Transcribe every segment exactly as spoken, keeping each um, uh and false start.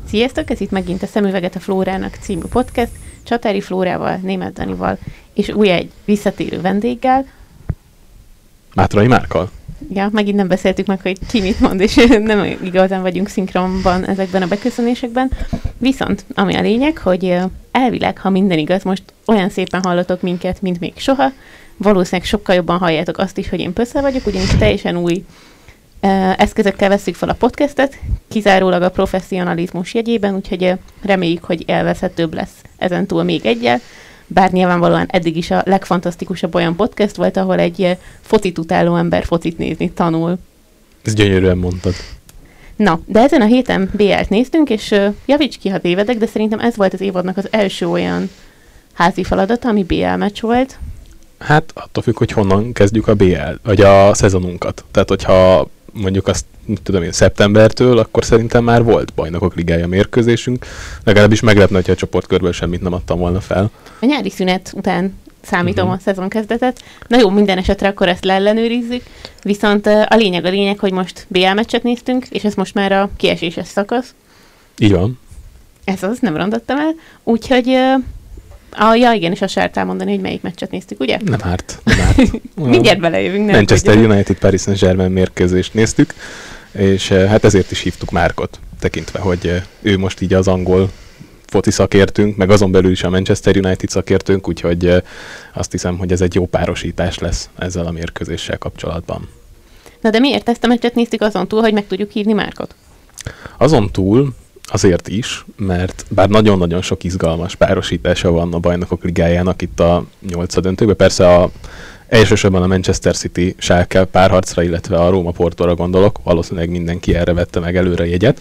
Sziasztok, ez itt megint a Szemüveget a Flórának című podcast, Csatári Flórával, Németh Danival, és új egy visszatérő vendéggel. Mátrai Márkkal. Ja, megint nem beszéltük meg, hogy ki mit mond, és nem igazán vagyunk szinkronban ezekben a beköszönésekben. Viszont, ami a lényeg, hogy elvileg, ha minden igaz, most olyan szépen hallotok minket, mint még soha, valószínűleg sokkal jobban halljátok azt is, hogy én Pösszel vagyok, ugyanis teljesen új eszközökkel vesszük fel a podcastet, kizárólag a professzionalizmus jegyében, úgyhogy reméljük, hogy élvezhetőbb lesz ezentúl még egyel, bár nyilvánvalóan eddig is a legfantasztikusabb olyan podcast volt, ahol egy focit utáló ember focit nézni tanul. Ez gyönyörűen mondtad. Na, de ezen a héten bé el-t néztünk, és uh, javíts ki, ha tévedek, de szerintem ez volt az évadnak az első olyan házi feladata, ami bé el meccs volt. Hát attól függ, hogy honnan kezdjük a bé el, vagy a szezonunkat. Tehát, hogyha mondjuk azt, mit tudom én, szeptembertől, akkor szerintem már volt bajnokok ligája mérkőzésünk. Legalábbis meglepne, hogyha a csoportkörből semmit nem adtam volna fel. A nyári szünet után számítom uh-huh. a szezon kezdetet. Na jó, minden esetre akkor ezt leellenőrizzük. Viszont a lényeg a lényeg, hogy most bé el meccset néztünk, és ez most már a kieséses szakasz. Így van. Ez az, nem rondottam el. Úgyhogy... A, ja, igen, és azt se elmondani, hogy melyik meccset néztük, ugye? Nem árt, nem árt. Mindjárt belejövünk. Nem Manchester tudjuk. United Paris Saint-Germain mérkőzést néztük, és hát ezért is hívtuk Márkot, tekintve, hogy ő most így az angol foci szakértőnk, meg azon belül is a Manchester United szakértőnk, úgyhogy azt hiszem, hogy ez egy jó párosítás lesz ezzel a mérkőzéssel kapcsolatban. Na de miért ezt a meccset néztük azon túl, hogy meg tudjuk hívni Márkot? Azon túl, azért is, mert bár nagyon-nagyon sok izgalmas párosítása van a Bajnokok Ligájának itt a nyolcadöntőkben, persze a, elsősorban a Manchester City Schalke párharcra, illetve a Róma Portóra gondolok, valószínűleg mindenki erre vette meg előre jegyet,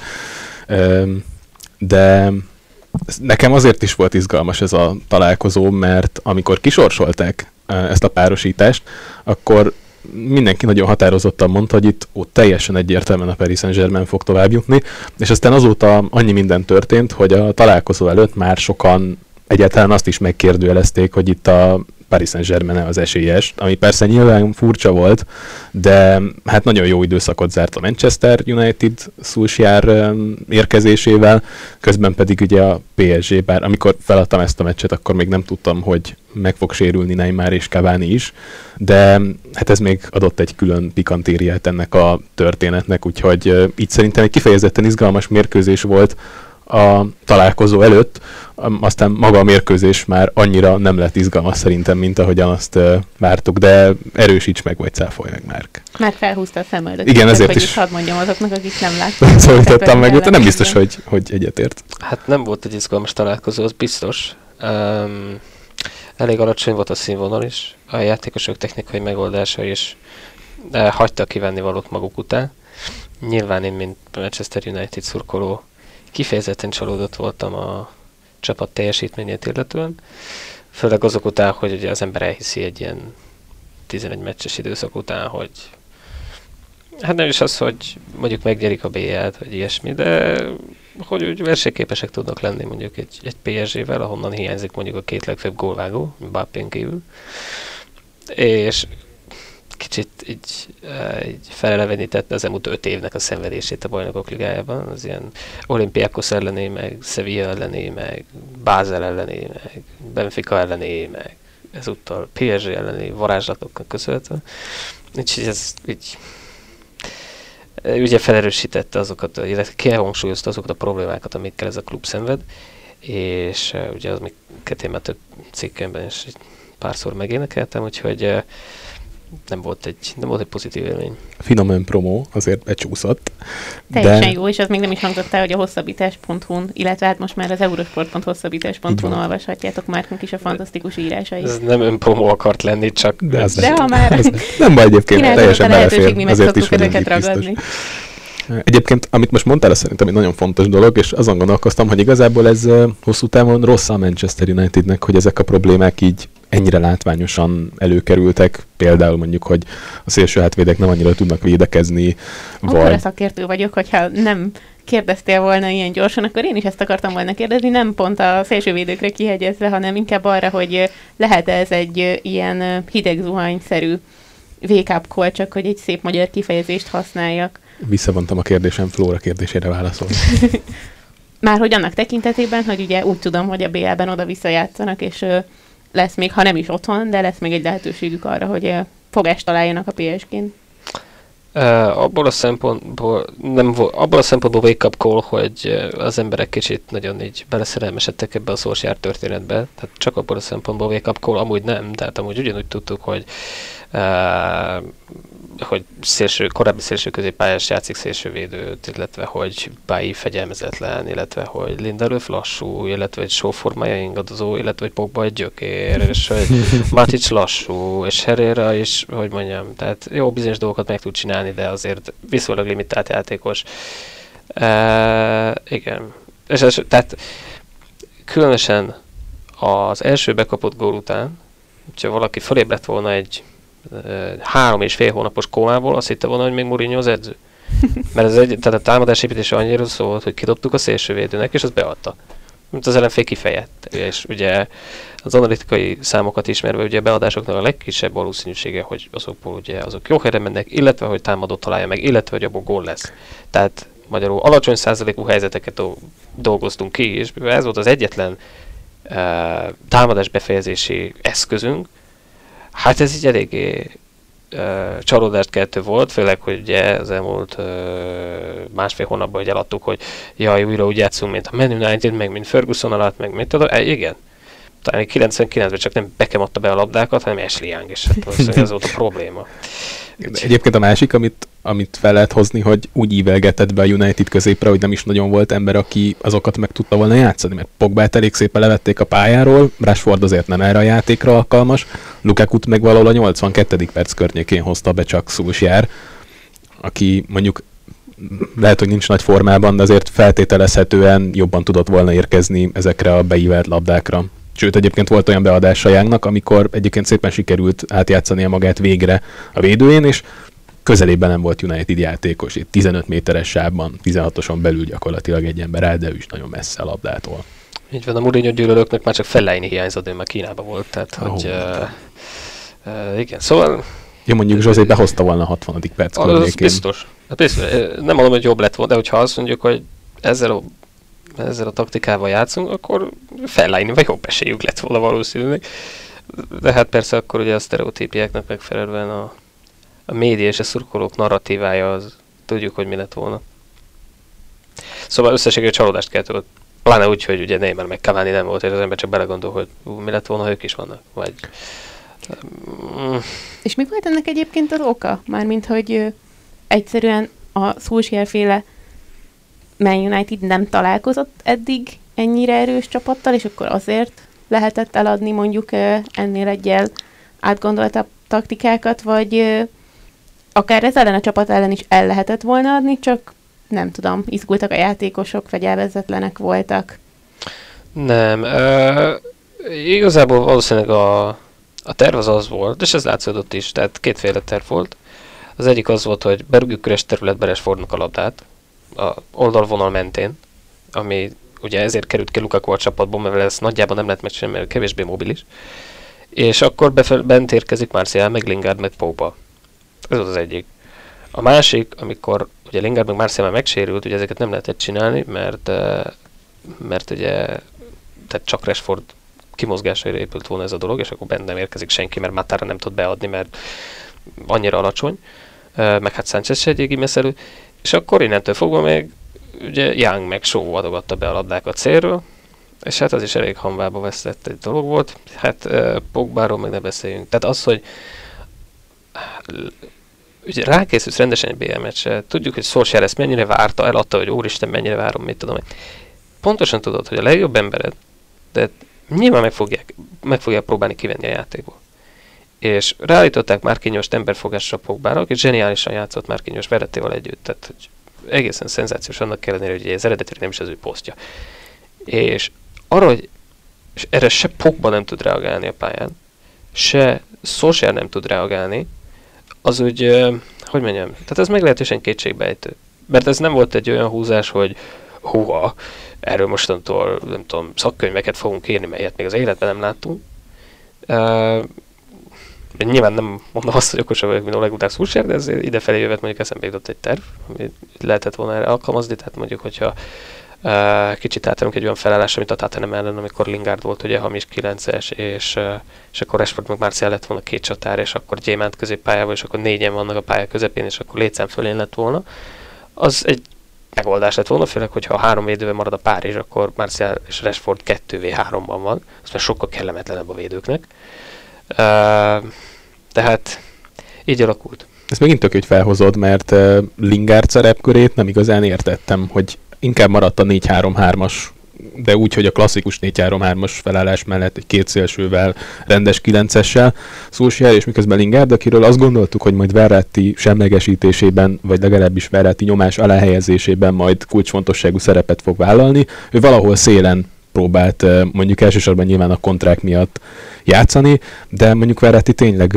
de nekem azért is volt izgalmas ez a találkozó, mert amikor kisorsolták ezt a párosítást, akkor mindenki nagyon határozottan mondta, hogy itt ó, teljesen egyértelműen a Paris Saint-Germain fog tovább jutni, és aztán azóta annyi minden történt, hogy a találkozó előtt már sokan egyáltalán azt is megkérdőjelezték, hogy itt a Paris Saint-Germain az esélyes, ami persze nyilván furcsa volt, de hát nagyon jó időszakot zárt a Manchester United Solskjaer érkezésével, közben pedig ugye a pé es gé, bár amikor feladtam ezt a meccset, akkor még nem tudtam, hogy meg fog sérülni Neymar és Cavani is, de hát ez még adott egy külön pikantériát ennek a történetnek, úgyhogy így szerintem egy kifejezetten izgalmas mérkőzés volt a találkozó előtt, aztán maga a mérkőzés már annyira nem lett izgalmas szerintem, mint ahogyan azt uh, vártuk, de erősíts meg, vagy cáfolj meg, Márk. Már felhúzta a szemöldet. Igen, ezért is. is. Hadd mondjam azoknak, akik nem látták. Szólítottam meg, de nem biztos, hogy, hogy egyetért. Hát nem volt egy izgalmas találkozó, az biztos. Um, elég alacsony volt a színvonal is, a játékosok technikai megoldása is uh, hagyta kivenni valót maguk után. Nyilván én, mint Manchester United szurkoló, kifejezetten csalódott voltam a csapat teljesítményét illetően. Főleg azok után, hogy ugye az ember elhiszi egy ilyen tizenegy meccses időszak után, hogy hát nem is az, hogy mondjuk megnyerik a bé el-t, vagy ilyesmi, de hogy úgy versenyképesek tudnak lenni mondjuk egy, egy pé es gé-vel, ahonnan hiányzik mondjuk a két legfőbb gólvágó, Mbappén kívül. És kicsit így, így felelevenítette az elmúlt öt évnek a szenvedését a Bajnokok Ligájában. Az ilyen Olympiakos elleni, meg Sevilla elleni, meg Basel elleni, meg Benfica elleni, meg ezúttal pé es gé elleni varázslatoknak köszönhetve. Úgyhogy ez így ugye felerősítette azokat, illetve kihangsúlyozta azokat a problémákat, amikkel ez a klub szenved, és uh, ugye az, amiket én már több cikkemben is párszor megénekeltem, úgyhogy uh, Nem volt, egy, nem volt egy pozitív élmény. Finom önpromó, azért becsúszott. Teljesen de... jó, és az még nem is hangzott el, hogy a hosszabbítás pont hu-n, illetve hát most már az eurosport pont hosszabbítás pont hu-n olvashatjátok Márknak is a fantasztikus írásait. Ez nem önpromó akart lenni, csak... De, az de ha már... Az nem baj egyébként, teljesen belefér. Mi azért is ezeket ragadni. Egyébként, amit most mondtál, az szerintem egy nagyon fontos dolog, és azon gondolkoztam, hogy igazából ez uh, hosszú távon rossz a Manchester Unitednek, hogy ezek a problémák így ennyire látványosan előkerültek. Például mondjuk, hogy a szélső hátvédek nem annyira tudnak védekezni. Akkor vagy... a szakértő vagyok, hogyha nem kérdeztél volna ilyen gyorsan, akkor én is ezt akartam volna kérdezni, nem pont a szélsővédőkre kihegyezve, hanem inkább arra, hogy lehet ez egy ilyen hideg zuhanyszerű wake-up call, csak hogy egy szép magyar kifejezést használjak. Visszavontam a kérdésem, Flóra kérdésére válaszolni. már hogy annak tekintetében, hogy ugye úgy tudom, hogy a bé el-ben oda-vissza játszanak, és ö, lesz még, ha nem is otthon, de lesz még egy lehetőségük arra, hogy ö, fogást találjanak a pé es gén. Uh, abból a szempontból nem vo- abból a szempontból wake up call, hogy az emberek kicsit nagyon így beleszerelmesedtek ebbe a Solskjaer történetbe, tehát csak abból a szempontból wake up call, amúgy nem, tehát amúgy ugyanúgy tudtuk, hogy uh, hogy szélső, korábbi szélső középpályás játszik szélsővédőt, illetve hogy Bailly fegyelmezetlen, illetve hogy Lindelöf lassú, illetve hogy sóformája ingadozó, illetve hogy Pogba egy gyökér, és hogy Matic lassú, és Herrera is, hogy mondjam, tehát jó, bizonyos dolgokat meg tud csinálni, de azért viszonylag limitált játékos. Uh, igen. És ez, tehát különösen az első bekapott gól után, hogyha valaki felébredt volna egy három és fél hónapos kómából, azt hitte volna, hogy még Mourinho az edző. Mert ez egy, tehát a támadásépítése annyira szólt, hogy kidobtuk a szélsővédőnek, és az beadta. Mint az ellenfél kifejett. És ugye az analitikai számokat ismerve, ugye a beadásoknak a legkisebb valószínűsége, hogy azokból ugye azok jó helyre mennek, illetve hogy támadót találja meg, illetve hogy abból gól lesz. Tehát magyarul alacsony százalékú helyzeteket do- dolgoztunk ki, és ez volt az egyetlen uh, támadás befejezési eszközünk. Hát ez így eléggé uh, csalódást keltő volt, főleg, hogy ugye az elmúlt uh, másfél hónapban, hogy eladtuk, hogy jaj, újra úgy játszunk, mint a Man United, meg mint Ferguson alatt, meg mint tudom, e, igen. Talán kilencvenkilencben csak nem Beckham adta be a labdákat, hanem Ashley Young, és hát valószínűleg ez volt a probléma. Egyébként a másik, amit, amit fel lehet hozni, hogy úgy ívelgetett be a United középre, hogy nem is nagyon volt ember, aki azokat meg tudta volna játszani, mert Pogbát elég szépen levették a pályáról, Rashford azért nem erre a játékra alkalmas, Lukakut meg valahol a nyolcvankettedik perc környékén hozta be csak Solskjaer, aki mondjuk lehet, hogy nincs nagy formában, de azért feltételezhetően jobban tudott volna érkezni ezekre a beívelt labdákra. Sőt, egyébként volt olyan beadása Youngnak, amikor egyébként szépen sikerült átjátszania magát végre a védőjén, és közelében nem volt United játékos, itt tizenöt méteres sávban, tizenhatoson belül gyakorlatilag egy ember áll, de ő is nagyon messze a labdától. Így van, a Mourinho gyűlölőknek már csak Fellaini hiányzott, ő már Kínában volt, tehát oh, hogy uh, uh, igen, szóval... Ja, mondjuk José behozta volna a hatvanadik perc környékén. Az biztos. Hát biztos. Nem mondom, hogy jobb lett volna, de hogyha azt mondjuk, hogy ezzel a ezzel a taktikával játszunk, akkor Fellaini vagy jobb esélyük lett volna valószínűleg. De hát persze akkor ugye a sztereotípiáknak megfelelően a, a média és a szurkolók narratívája, az tudjuk, hogy mi lett volna. Szóval összességében csalódást keltett, pláne úgy, hogy ugye Neymar meg Cavani nem volt, és az ember csak belegondol, hogy ú, mi lett volna, ha ők is vannak. Vagy... Mm. És mi volt ennek egyébként az oka? Mármint, hogy ö, egyszerűen a Solskjaer féle Man United nem találkozott eddig ennyire erős csapattal, és akkor azért lehetett eladni mondjuk ennél egyel átgondoltabb taktikákat, vagy akár ez ellen a csapat ellen is el lehetett volna adni, csak nem tudom, izgultak a játékosok, fegyelmezetlenek voltak. Nem. Uh, igazából valószínűleg a, a terv az az volt, és ez látszódott is, tehát kétféle terv volt. Az egyik az volt, hogy berúgjuk üres területbe Rashfordnak a labdát, a oldalvonal mentén, ami ugye ezért került ki Lukaku a csapatból, mert ezt nagyjából nem lehet megcsinálni, mert kevésbé mobilis. És akkor befel, bent érkezik Martial, meg Lingard, meg Pogba. Ez az az egyik. A másik, amikor ugye Lingard meg Martial már megsérült, ugye ezeket nem lehetett csinálni, mert, mert ugye tehát csak Rashford kimozgásaira épült volna ez a dolog, és akkor bent nem érkezik senki, mert Matára nem tud beadni, mert annyira alacsony, meg hát Sánchez se egy égi meszelő. És akkor innentől fogva még ugye Young meg Shaw adogatta be a labdákat célről, és hát az is elég hamvába vesztett egy dolog volt. Hát uh, Pogbáról meg ne beszéljünk. Tehát az, hogy ugye rákészülsz rendesen egy bé el meccsre, tudjuk, hogy Solskjaer ezt mennyire várta, eladta, hogy úristen, mennyire várom, mit tudom. Pontosan tudod, hogy a legjobb embered, de nyilván meg fogják, meg fogják próbálni kivenni a játékból. És ráállították Marquinhost emberfogásra Pogbára, és zseniálisan játszott Marquinhos Verrettével együtt. Tehát hogy egészen szenzációs annak ellenére, hogy ez eredetileg nem is az ő posztja. És arra, hogy és erre se Pogba nem tud reagálni a pályán, se Solskjaer nem tud reagálni, az úgy, hogy mondjam, tehát ez meglehetősen kétségbejtő. Mert ez nem volt egy olyan húzás, hogy húha, erről mostantól, nem tudom, szakkönyveket fogunk írni, melyet még az életben nem láttunk. Uh, nyilván nem mondom azt, hogy okosabb vagyok, mint Ole Gunnar Solskjaer, de ez idefelé jövet mondjuk eszembe jutott egy terv, amit lehetett volna erre alkalmazni, tehát mondjuk, hogyha Uh, kicsit átállunk egy olyan felállásra, mint a Tottenham ellen, amikor Lingard volt ugye hamis kilences, és, uh, és akkor Rashford meg Martial lett volna két csatár, és akkor Gyémánt középpályával, és akkor négyen vannak a pálya közepén, és akkor létszám fölén lett volna. Az egy megoldás lett volna, főleg, hogyha a három védővel marad a Párizs, akkor Martial és Rashford kettő vé háromban van. Az már sokkal kellemetlenebb a védőknek. Uh, tehát így alakult. Ezt megint tök, hogy felhozod, mert uh, Lingard szerepkörét nem igazán értettem, hogy inkább maradt a négy három hármas, de úgy, hogy a klasszikus négy három hármas felállás mellett egy két szélsővel, rendes kilencessel Solskjaer, és miközben Lingard, akiről azt gondoltuk, hogy majd Verratti semlegesítésében, vagy legalábbis Verratti nyomás aláhelyezésében majd kulcsfontosságú szerepet fog vállalni, ő valahol szélen próbált mondjuk elsősorban nyilván a kontrák miatt játszani, de mondjuk Verratti tényleg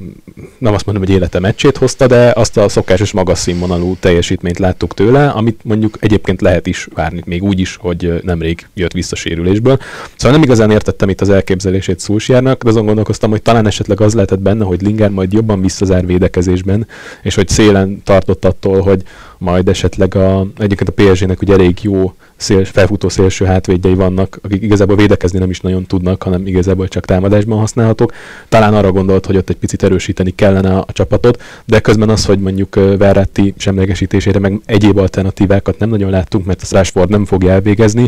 nem azt mondom, hogy élete meccsét hozta, de azt a szokásos magas színvonalú teljesítményt láttuk tőle, amit mondjuk egyébként lehet is várni, még úgy is, hogy nemrég jött vissza sérülésből. Szóval nem igazán értettem itt az elképzelését Solskjaernak, de azon gondolkoztam, hogy talán esetleg az lehetett benne, hogy Lingard majd jobban visszazár védekezésben, és hogy szélen tartott attól, hogy majd esetleg a, egyébként a pé es gének ugye elég jó szél, felfutó szélső hátvédjei vannak, akik igazából védekezni nem is nagyon tudnak, hanem igazából csak támadásban használhatók. Talán arra gondolt, hogy ott egy picit erősíteni kellene a, a csapatot, de közben az, hogy mondjuk Verratti semlegesítésére meg egyéb alternatívákat nem nagyon láttunk, mert a Rashford nem fogja elvégezni.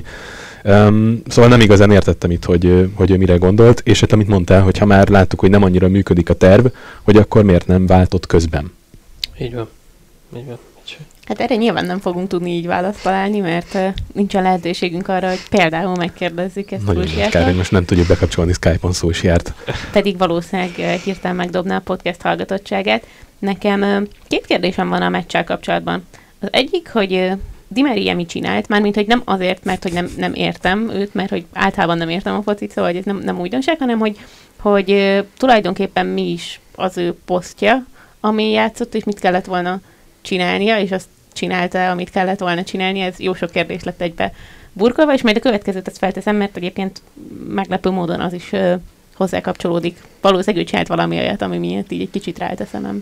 Um, szóval nem igazán értettem itt, hogy, hogy ő mire gondolt, és hát amit mondtál, hogy ha már láttuk, hogy nem annyira működik a terv, hogy akkor miért nem váltott közben. Így van. Így van. Hát erre nyilván nem fogunk tudni így választ találni, mert uh, nincsen lehetőségünk arra, hogy például megkérdezzük ezt Nagyon kár, hogy most nem tudjuk bekapcsolni Skype-on Solskjaert. Pedig valószínűleg uh, hirtelen megdobná a podcast hallgatottságát. Nekem uh, két kérdésem van a meccsel kapcsolatban. Az egyik, hogy uh, Di Maria mit csinált, mármint, hogy nem azért, mert hogy nem, nem értem őt, mert hogy általában nem értem a focit, szóval hogy ez nem, nem újdonság, hanem hogy, hogy uh, tulajdonképpen mi is az ő posztja, ami játszott, és mit kellett volna csinálnia, és azt csinálta, amit kellett volna csinálni, ez jó sok kérdés lett egybe burkolva, és majd a következőt ezt felteszem, mert egyébként meglepő módon az is uh, hozzá kapcsolódik. Valószínűleg ő csinált valami olyat, ami miatt így egy kicsit rált a szemem.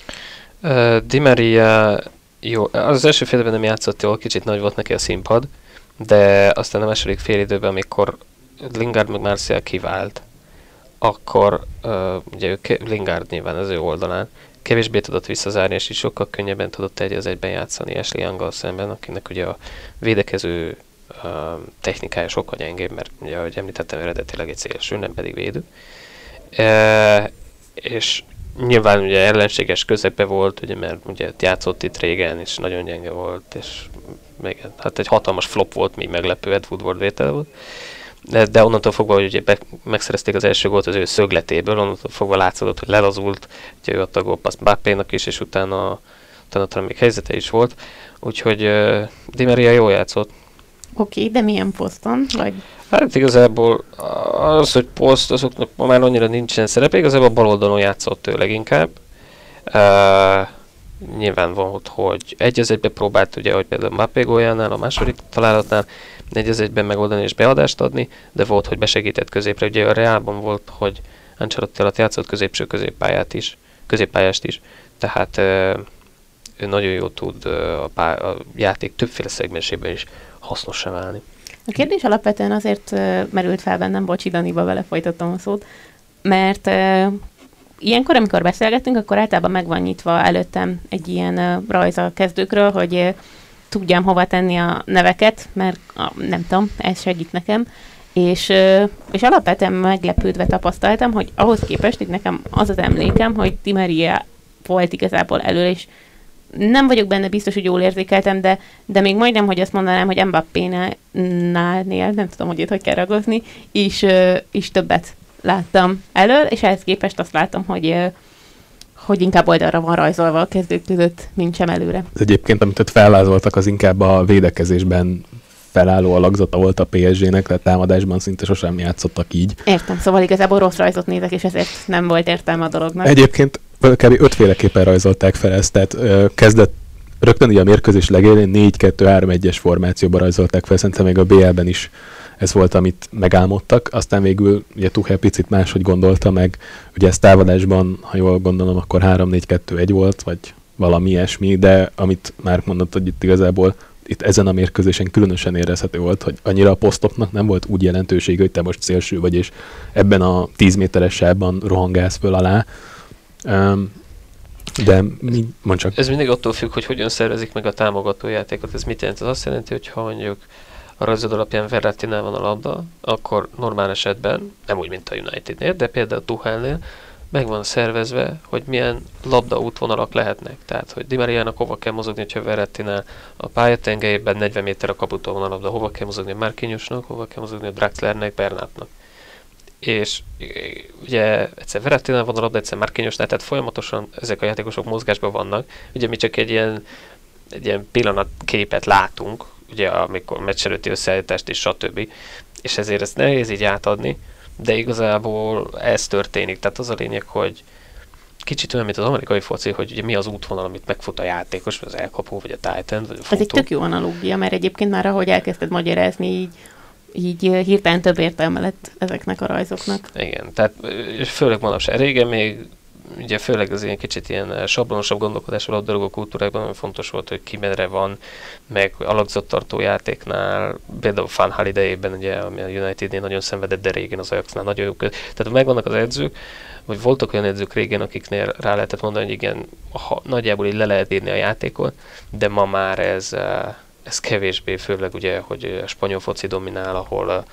Uh, Di Maria, jó, az első fél időben nem játszott jól, kicsit nagy volt neki a színpad, de aztán a második fél időben, amikor Lingard meg Martial kivált, akkor uh, ugye ő, Lingard nyilván az ő oldalán, kevésbé tudott visszazárni, és így sokkal könnyebben tudott egy az egyben játszani Ashley Younggal szemben, akinek ugye a védekező uh, technikája sokkal gyengébb, mert ugye, ahogy említettem, eredetileg egy szélső, nem pedig védő. E, és nyilván ugye ellenséges közepbe volt, ugye, mert ugye játszott itt régen, és nagyon gyenge volt, és még, hát egy hatalmas flop volt, még meglepő, Ed Woodward vétel volt. De, de onnantól fogva, hogy ugye be, megszerezték az első gólt az ő szögletéből, onnantól fogva látszódott, hogy lelazult, ugye ő adta a gólpaszt Mbappénak is, és utána, utána talán még helyzete is volt. Úgyhogy uh, Di Maria jól játszott. Oké, okay, de milyen poszton? Vagy? Hát igazából az, hogy poszt, azoknak ma már annyira nincsen szerepe, igazából a bal oldalon játszott ő leginkább. Uh, nyilván volt, hogy egy az egybe próbált, ugye, hogy például Mbappé góljánál, a második találatnál, egy az egyben megoldani és beadást adni, de volt, hogy besegített középre. Ugye a Realban volt, hogy Ancelotti alatt játszott középső középpályát is, középpályást is, tehát ő nagyon jól tud a, pá- a játék többféle szegmensében is hasznossá válni. A kérdés alapvetően azért merült fel bennem, bocsi, Daniba vele folytattam a szót, mert uh, ilyenkor, amikor beszélgettünk, akkor általában meg van nyitva előttem egy ilyen uh, rajz a kezdőkről, hogy uh, tudjam hova tenni a neveket, mert a, nem tudom, ez segít nekem, és, uh, és alapvetően meglepődve tapasztaltam, hogy ahhoz képest itt nekem az az emlékem, hogy Di Maria volt igazából elől, és nem vagyok benne biztos, hogy jól érzékeltem, de, de még majdnem, hogy azt mondanám, hogy Mbappénál, nem tudom, hogy itt hogy kell ragozni, és, uh, és többet láttam elől, és ehhez képest azt látom, hogy, uh, hogy inkább oldalra van rajzolva a kezdők között, mint sem előre. Ez egyébként, amit ott fellázoltak, az inkább a védekezésben felálló alakzata volt a pé es gének, tehát támadásban szinte sosem játszottak így. Értem, szóval igazából rossz rajzot nézek, és ezért nem volt értelme a dolognak. Egyébként kb. ötféleképpen rajzolták fel ezt, tehát ö, kezdett rögtön ugye a mérkőzés legélén négy kettő három egyes formációban rajzolták fel, szerintem még a bé el-ben is ez volt, amit megálmodtak, aztán végül ugye Tuchel picit máshogy gondolta meg, ugye ez támadásban, ha jól gondolom, akkor három négy kettő egy volt, vagy valami ilyesmi, de amit már mondott, hogy itt igazából itt ezen a mérkőzésen különösen érezhető volt, hogy annyira a posztoknak nem volt úgy jelentőség, hogy te most szélső vagy, és ebben a tíz méteres sávban rohangálsz föl alá. Um, de mi, mondd csak. Ez mindig attól függ, hogy hogyan szervezik meg a támogatójátékot. Ez mit jelent? Ez azt jelenti, hogy ha mondjuk a rajzod alapján Verrattinál van a labda, akkor normál esetben, nem úgy, mint a Unitednél, de például a Tuchelnél meg van szervezve, hogy milyen labda útvonalak lehetnek. Tehát, hogy Di Mariának hova kell mozogni, hogyha Verrattinál a pályatengelyében negyven méter a kaputól van a labda, hova kell mozogni a Marquinhosnak, hova kell mozogni a Draxlernek, Bernátnak. És ugye egyszer Verrattinál van a labda, egyszer Marquinhosnál, tehát folyamatosan ezek a játékosok mozgásban vannak. Ugye mi csak egy ilyen, egy ilyen pillanatképet látunk, ugye amikor meccs előtti összeállítást és stb. És ezért ezt nehéz így átadni, de igazából ez történik. Tehát az a lényeg, hogy kicsit olyan, mint az amerikai foci, hogy ugye mi az útvonal, amit megfut a játékos, vagy az elkapó, vagy a tight end, vagy a futó. Ez egy tök jó analógia, mert egyébként már ahogy elkezdted magyarázni, így, így hirtelen több értelme lett ezeknek a rajzoknak. Igen, tehát főleg manapság. Régen még ugye főleg az ilyen kicsit ilyen sablonosabb gondolkodású labdarúgó kultúrákban nagyon fontos volt, hogy ki merre van, meg alakzattartó játéknál, például Van Hal idejében, ugye, ami a Unitednél nagyon szenvedett, de régen az Ajaxnál nagyon jó. Tehát megvannak az edzők, vagy voltak olyan edzők régen, akiknél rá lehetett mondani, hogy igen, ha, nagyjából így le lehet írni a játékot, de ma már ez, ez kevésbé, főleg ugye, hogy a spanyol foci dominál, ahol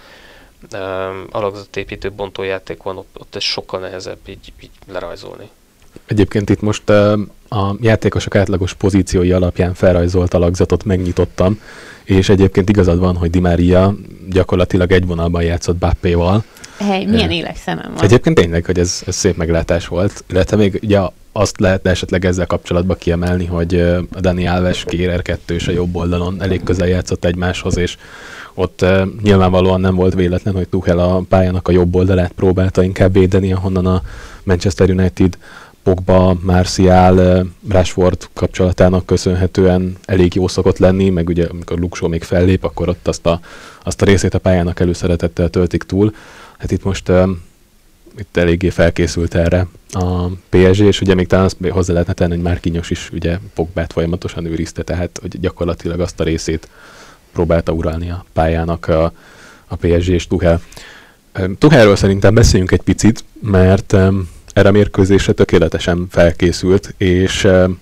Um, alakzatépítő bontójáték van, ott, ott ez sokkal nehezebb így, így lerajzolni. Egyébként itt most uh, a játékosok átlagos pozíciói alapján felrajzolt alakzatot megnyitottam, és egyébként igazad van, hogy Di Maria gyakorlatilag egy vonalban játszott Bappéval. Hely, milyen uh, éles szemem van. Egyébként tényleg, hogy ez, ez szép meglátás volt, illetve még ugye azt lehetne esetleg ezzel kapcsolatban kiemelni, hogy uh, a Dani Alves Kérer kettős a jobb oldalon elég közel játszott egymáshoz, és ott uh, nyilvánvalóan nem volt véletlen, hogy Tuchel a pályának a jobb oldalát próbálta inkább védeni, ahonnan a Manchester United Pogba, Martial, uh, Rashford kapcsolatának köszönhetően elég jó szokott lenni, meg ugye amikor Luke Shaw még fellép, akkor ott azt a, azt a részét a pályának előszeretettel töltik túl. Hát itt most uh, itt eléggé felkészült erre a pé es gé, és ugye még talán azt hozzá lehetne tenni, hogy Marquinhos is ugye Pogbát folyamatosan őrizte, tehát hogy gyakorlatilag azt a részét próbálta uralni a pályának a, a pé es gé és Tuchel. Tuchelről szerintem beszéljünk egy picit, mert um, erre a mérkőzésre tökéletesen felkészült, és um,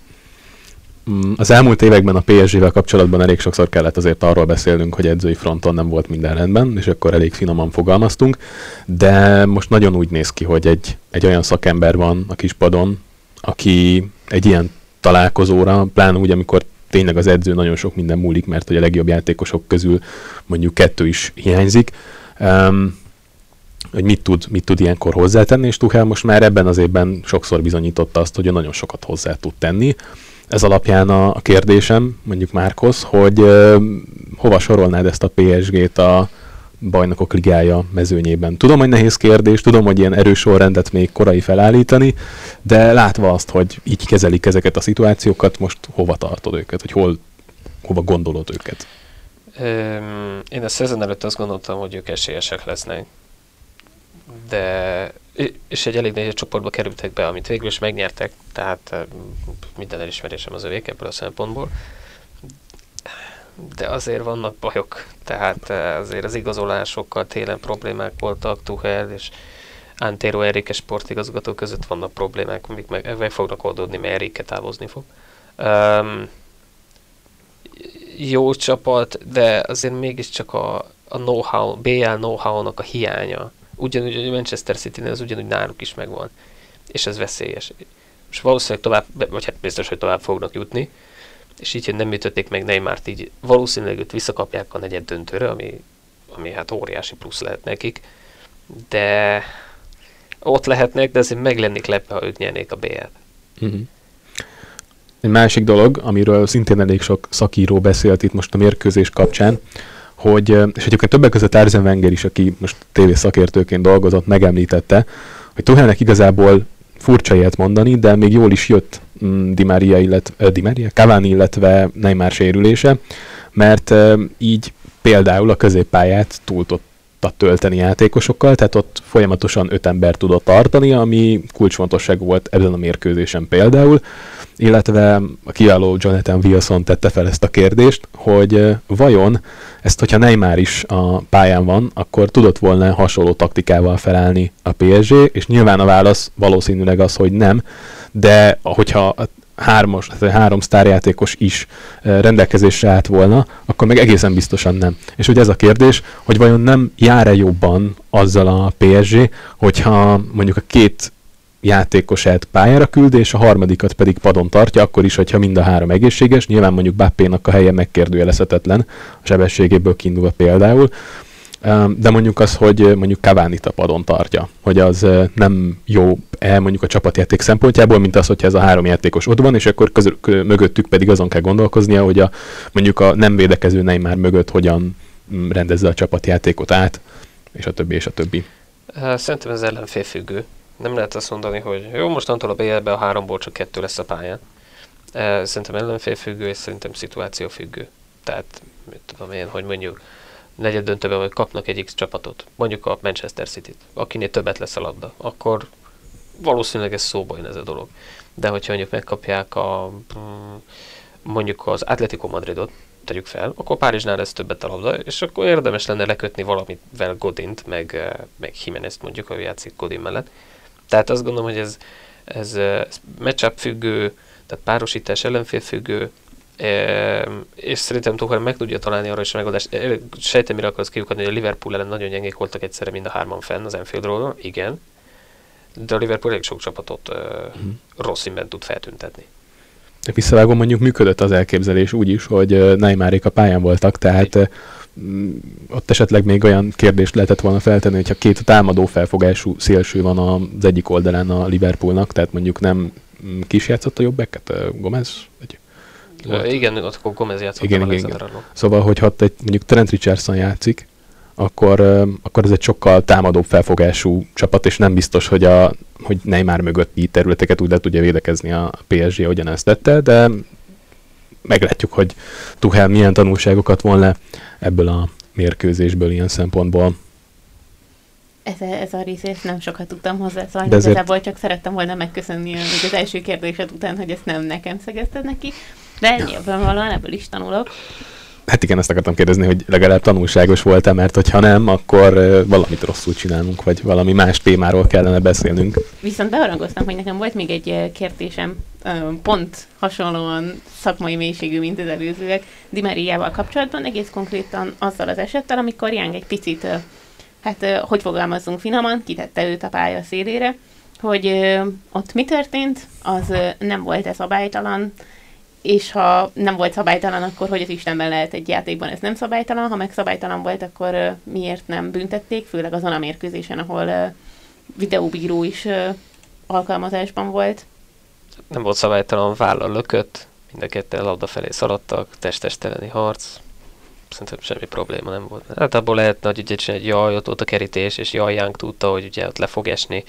az elmúlt években a pé es gével kapcsolatban elég sokszor kellett azért arról beszélnünk, hogy edzői fronton nem volt minden rendben, és akkor elég finoman fogalmaztunk, de most nagyon úgy néz ki, hogy egy, egy olyan szakember van a kispadon, aki egy ilyen találkozóra, pláne úgy, amikor tényleg az edző nagyon sok minden múlik, mert hogy a legjobb játékosok közül mondjuk kettő is hiányzik, um, hogy mit tud, mit tud ilyenkor hozzátenni, és Tuchel most már ebben az évben sokszor bizonyította azt, hogy ő nagyon sokat hozzá tud tenni. Ez alapján a, a kérdésem, mondjuk Márkhoz, hogy uh, hova sorolnád ezt a pé es gét a Bajnokok Ligája mezőnyében? Tudom, hogy nehéz kérdés, tudom, hogy ilyen erős sorrendet még korai felállítani, de látva azt, hogy így kezelik ezeket a szituációkat, most hova tartod őket, hogy hol, hova gondolod őket? Öm, én a szezon előtt azt gondoltam, hogy ők esélyesek lesznek, de és egy elég nehéz csoportba kerültek be, amit végül is megnyertek, tehát minden elismerésem az övék ebből a szempontból. De azért vannak bajok, tehát azért az igazolásokkal télen problémák voltak, Tuchel és Antero Enrique sportigazgató között vannak problémák, amik meg, meg fognak oldódni, mert Enrique távozni fog. Um, jó csapat, de azért mégiscsak a, a know-how, bé el know-how-nak a hiánya. Ugyanúgy a Manchester City-nél az ugyanúgy náluk is megvan, és ez veszélyes. És valószínűleg tovább, vagy hát biztos, hogy tovább fognak jutni, és így, hogy nem ütötték meg Neymart, így valószínűleg őt visszakapják a negyed döntőre, ami, ami hát óriási plusz lehet nekik, de ott lehetnek, de azért meg lennék lepve, ha ők nyernék a bé el-t. Uh-huh. Egy másik dolog, amiről szintén elég sok szakíró beszélt itt most a mérkőzés kapcsán, hogy, és egyébként többek között Arsene Wenger is, aki most tévészakértőként dolgozott, megemlítette, hogy Tuchelnek igazából furcsa ilyet mondani, de még jól is jött mm, Di Maria, illetve, Di Maria, Cavani, illetve Neymar sérülése, mert uh, így például a középpályát túl, tudta tölteni játékosokkal, tehát ott folyamatosan öt ember tudott tartani, ami kulcsfontosságú volt ebben a mérkőzésen például, illetve a kiváló Jonathan Wilson tette fel ezt a kérdést, hogy vajon ezt, hogyha Neymar is a pályán van, akkor tudott volna hasonló taktikával felállni a pé es gé, és nyilván a válasz valószínűleg az, hogy nem, de hogyha a hármas, tehát három sztárjátékos is rendelkezésre állt volna, akkor meg egészen biztosan nem. És ugye ez a kérdés, hogy vajon nem jár-e jobban azzal a pé es gé, hogyha mondjuk a két játékosát pályára küldi, és a harmadikat pedig padon tartja, akkor is, hogyha mind a három egészséges. Nyilván mondjuk Mbappénak a helye megkérdőjelezhetetlen, a sebességéből kiindulva például, de mondjuk az, hogy mondjuk Cavani-t a padon tartja, hogy az nem jó el mondjuk a csapatjáték szempontjából, mint az, hogyha ez a három játékos ott van, és akkor közül, mögöttük pedig azon kell gondolkoznia, hogy a, mondjuk a nem védekező Neymar mögött hogyan rendezze a csapatjátékot át, és a többi, és a többi. Szerintem ez ellenfél függő. Nem lehet azt mondani, hogy jó, mostantól a bé el-ben a háromból csak kettő lesz a pályán. Szerintem ellenfél függő, és szerintem szituáció függő. Tehát, mit tudom én, hogy mondjuk negyed döntőben, hogy kapnak egy X csapatot, mondjuk a Manchester City-t, akinél többet lesz a labda, akkor valószínűleg ez szóba jön ez a dolog. De hogyha mondjuk megkapják a, mondjuk az Atletico Madridot, tegyük fel, akkor Párizsnál lesz többet a labda, és akkor érdemes lenne lekötni valamivel Godint, meg, meg Jiménezt mondjuk, hogy játszik Godin mellett. Tehát azt gondolom, hogy ez, ez, ez matchup függő, tehát párosítás ellenfél függő, és szerintem Tuchel meg tudja találni arra is a megoldást. Sejtem, mire akarsz kiukadni, hogy a Liverpool ellen nagyon gyengék voltak egyszerre mind a hárman fenn az Anfield Roadon, igen, de a Liverpool elég sok csapatot uh, mm. rossz színben tud feltüntetni. Visszavágom, mondjuk működött az elképzelés úgy is, hogy Neymarék a pályán voltak, tehát Egy. ott esetleg még olyan kérdést lehetett volna feltenni, hogyha két támadó felfogású szélső van az egyik oldalán a Liverpoolnak, tehát mondjuk nem kis játszott a jobbeket, Gomez? Vagy Uh, igen, akkor Gomez játszott. Igen, igen, igen. Szóval, hogyha egy, mondjuk Trent Richardson játszik, akkor, uh, akkor ez egy sokkal támadóbb felfogású csapat, és nem biztos, hogy, a, hogy Neymar mögötti területeket úgy le tudja védekezni a pé es gé, ahogyan ezt tette, de meglátjuk, hogy Tuchel milyen tanulságokat von le ebből a mérkőzésből ilyen szempontból. Ez, ez a részét nem sokat tudtam hozzászólni, ezért... igazából csak szerettem volna megköszönni még az első kérdésed után, hogy ezt nem nekem szegezted neki, de nyilvánvalóan ebből is tanulok. Hát igen, ezt akartam kérdezni, hogy legalább tanulságos volt-e, mert hogyha nem, akkor valamit rosszul csinálunk, vagy valami más témáról kellene beszélnünk. Viszont beharangoztam, hogy nekem volt még egy kérdésem, pont hasonlóan szakmai mélységű, mint az előzőek, Di Mariával kapcsolatban, egész konkrétan azzal az esettel, amikor Young egy picit, hát hogy fogalmazzunk finoman, kitette őt a pálya szélére, hogy ott mi történt, az nem volt-e szabálytalan, és ha nem volt szabálytalan, akkor hogy az Istenben lehet egy játékban ez nem szabálytalan, ha meg szabálytalan volt, akkor uh, miért nem büntették, főleg azon a mérkőzésen, ahol uh, videóbíró is uh, alkalmazásban volt. Nem volt szabálytalan, vállal lökött, mind a ketten labda felé szaladtak, test-testeleni harc, szerintem semmi probléma nem volt. Hát abból lehet nagy ügyet csinálni, hogy jaj, ott volt a kerítés, és jaj, Young tudta, hogy ugye ott le fog esni.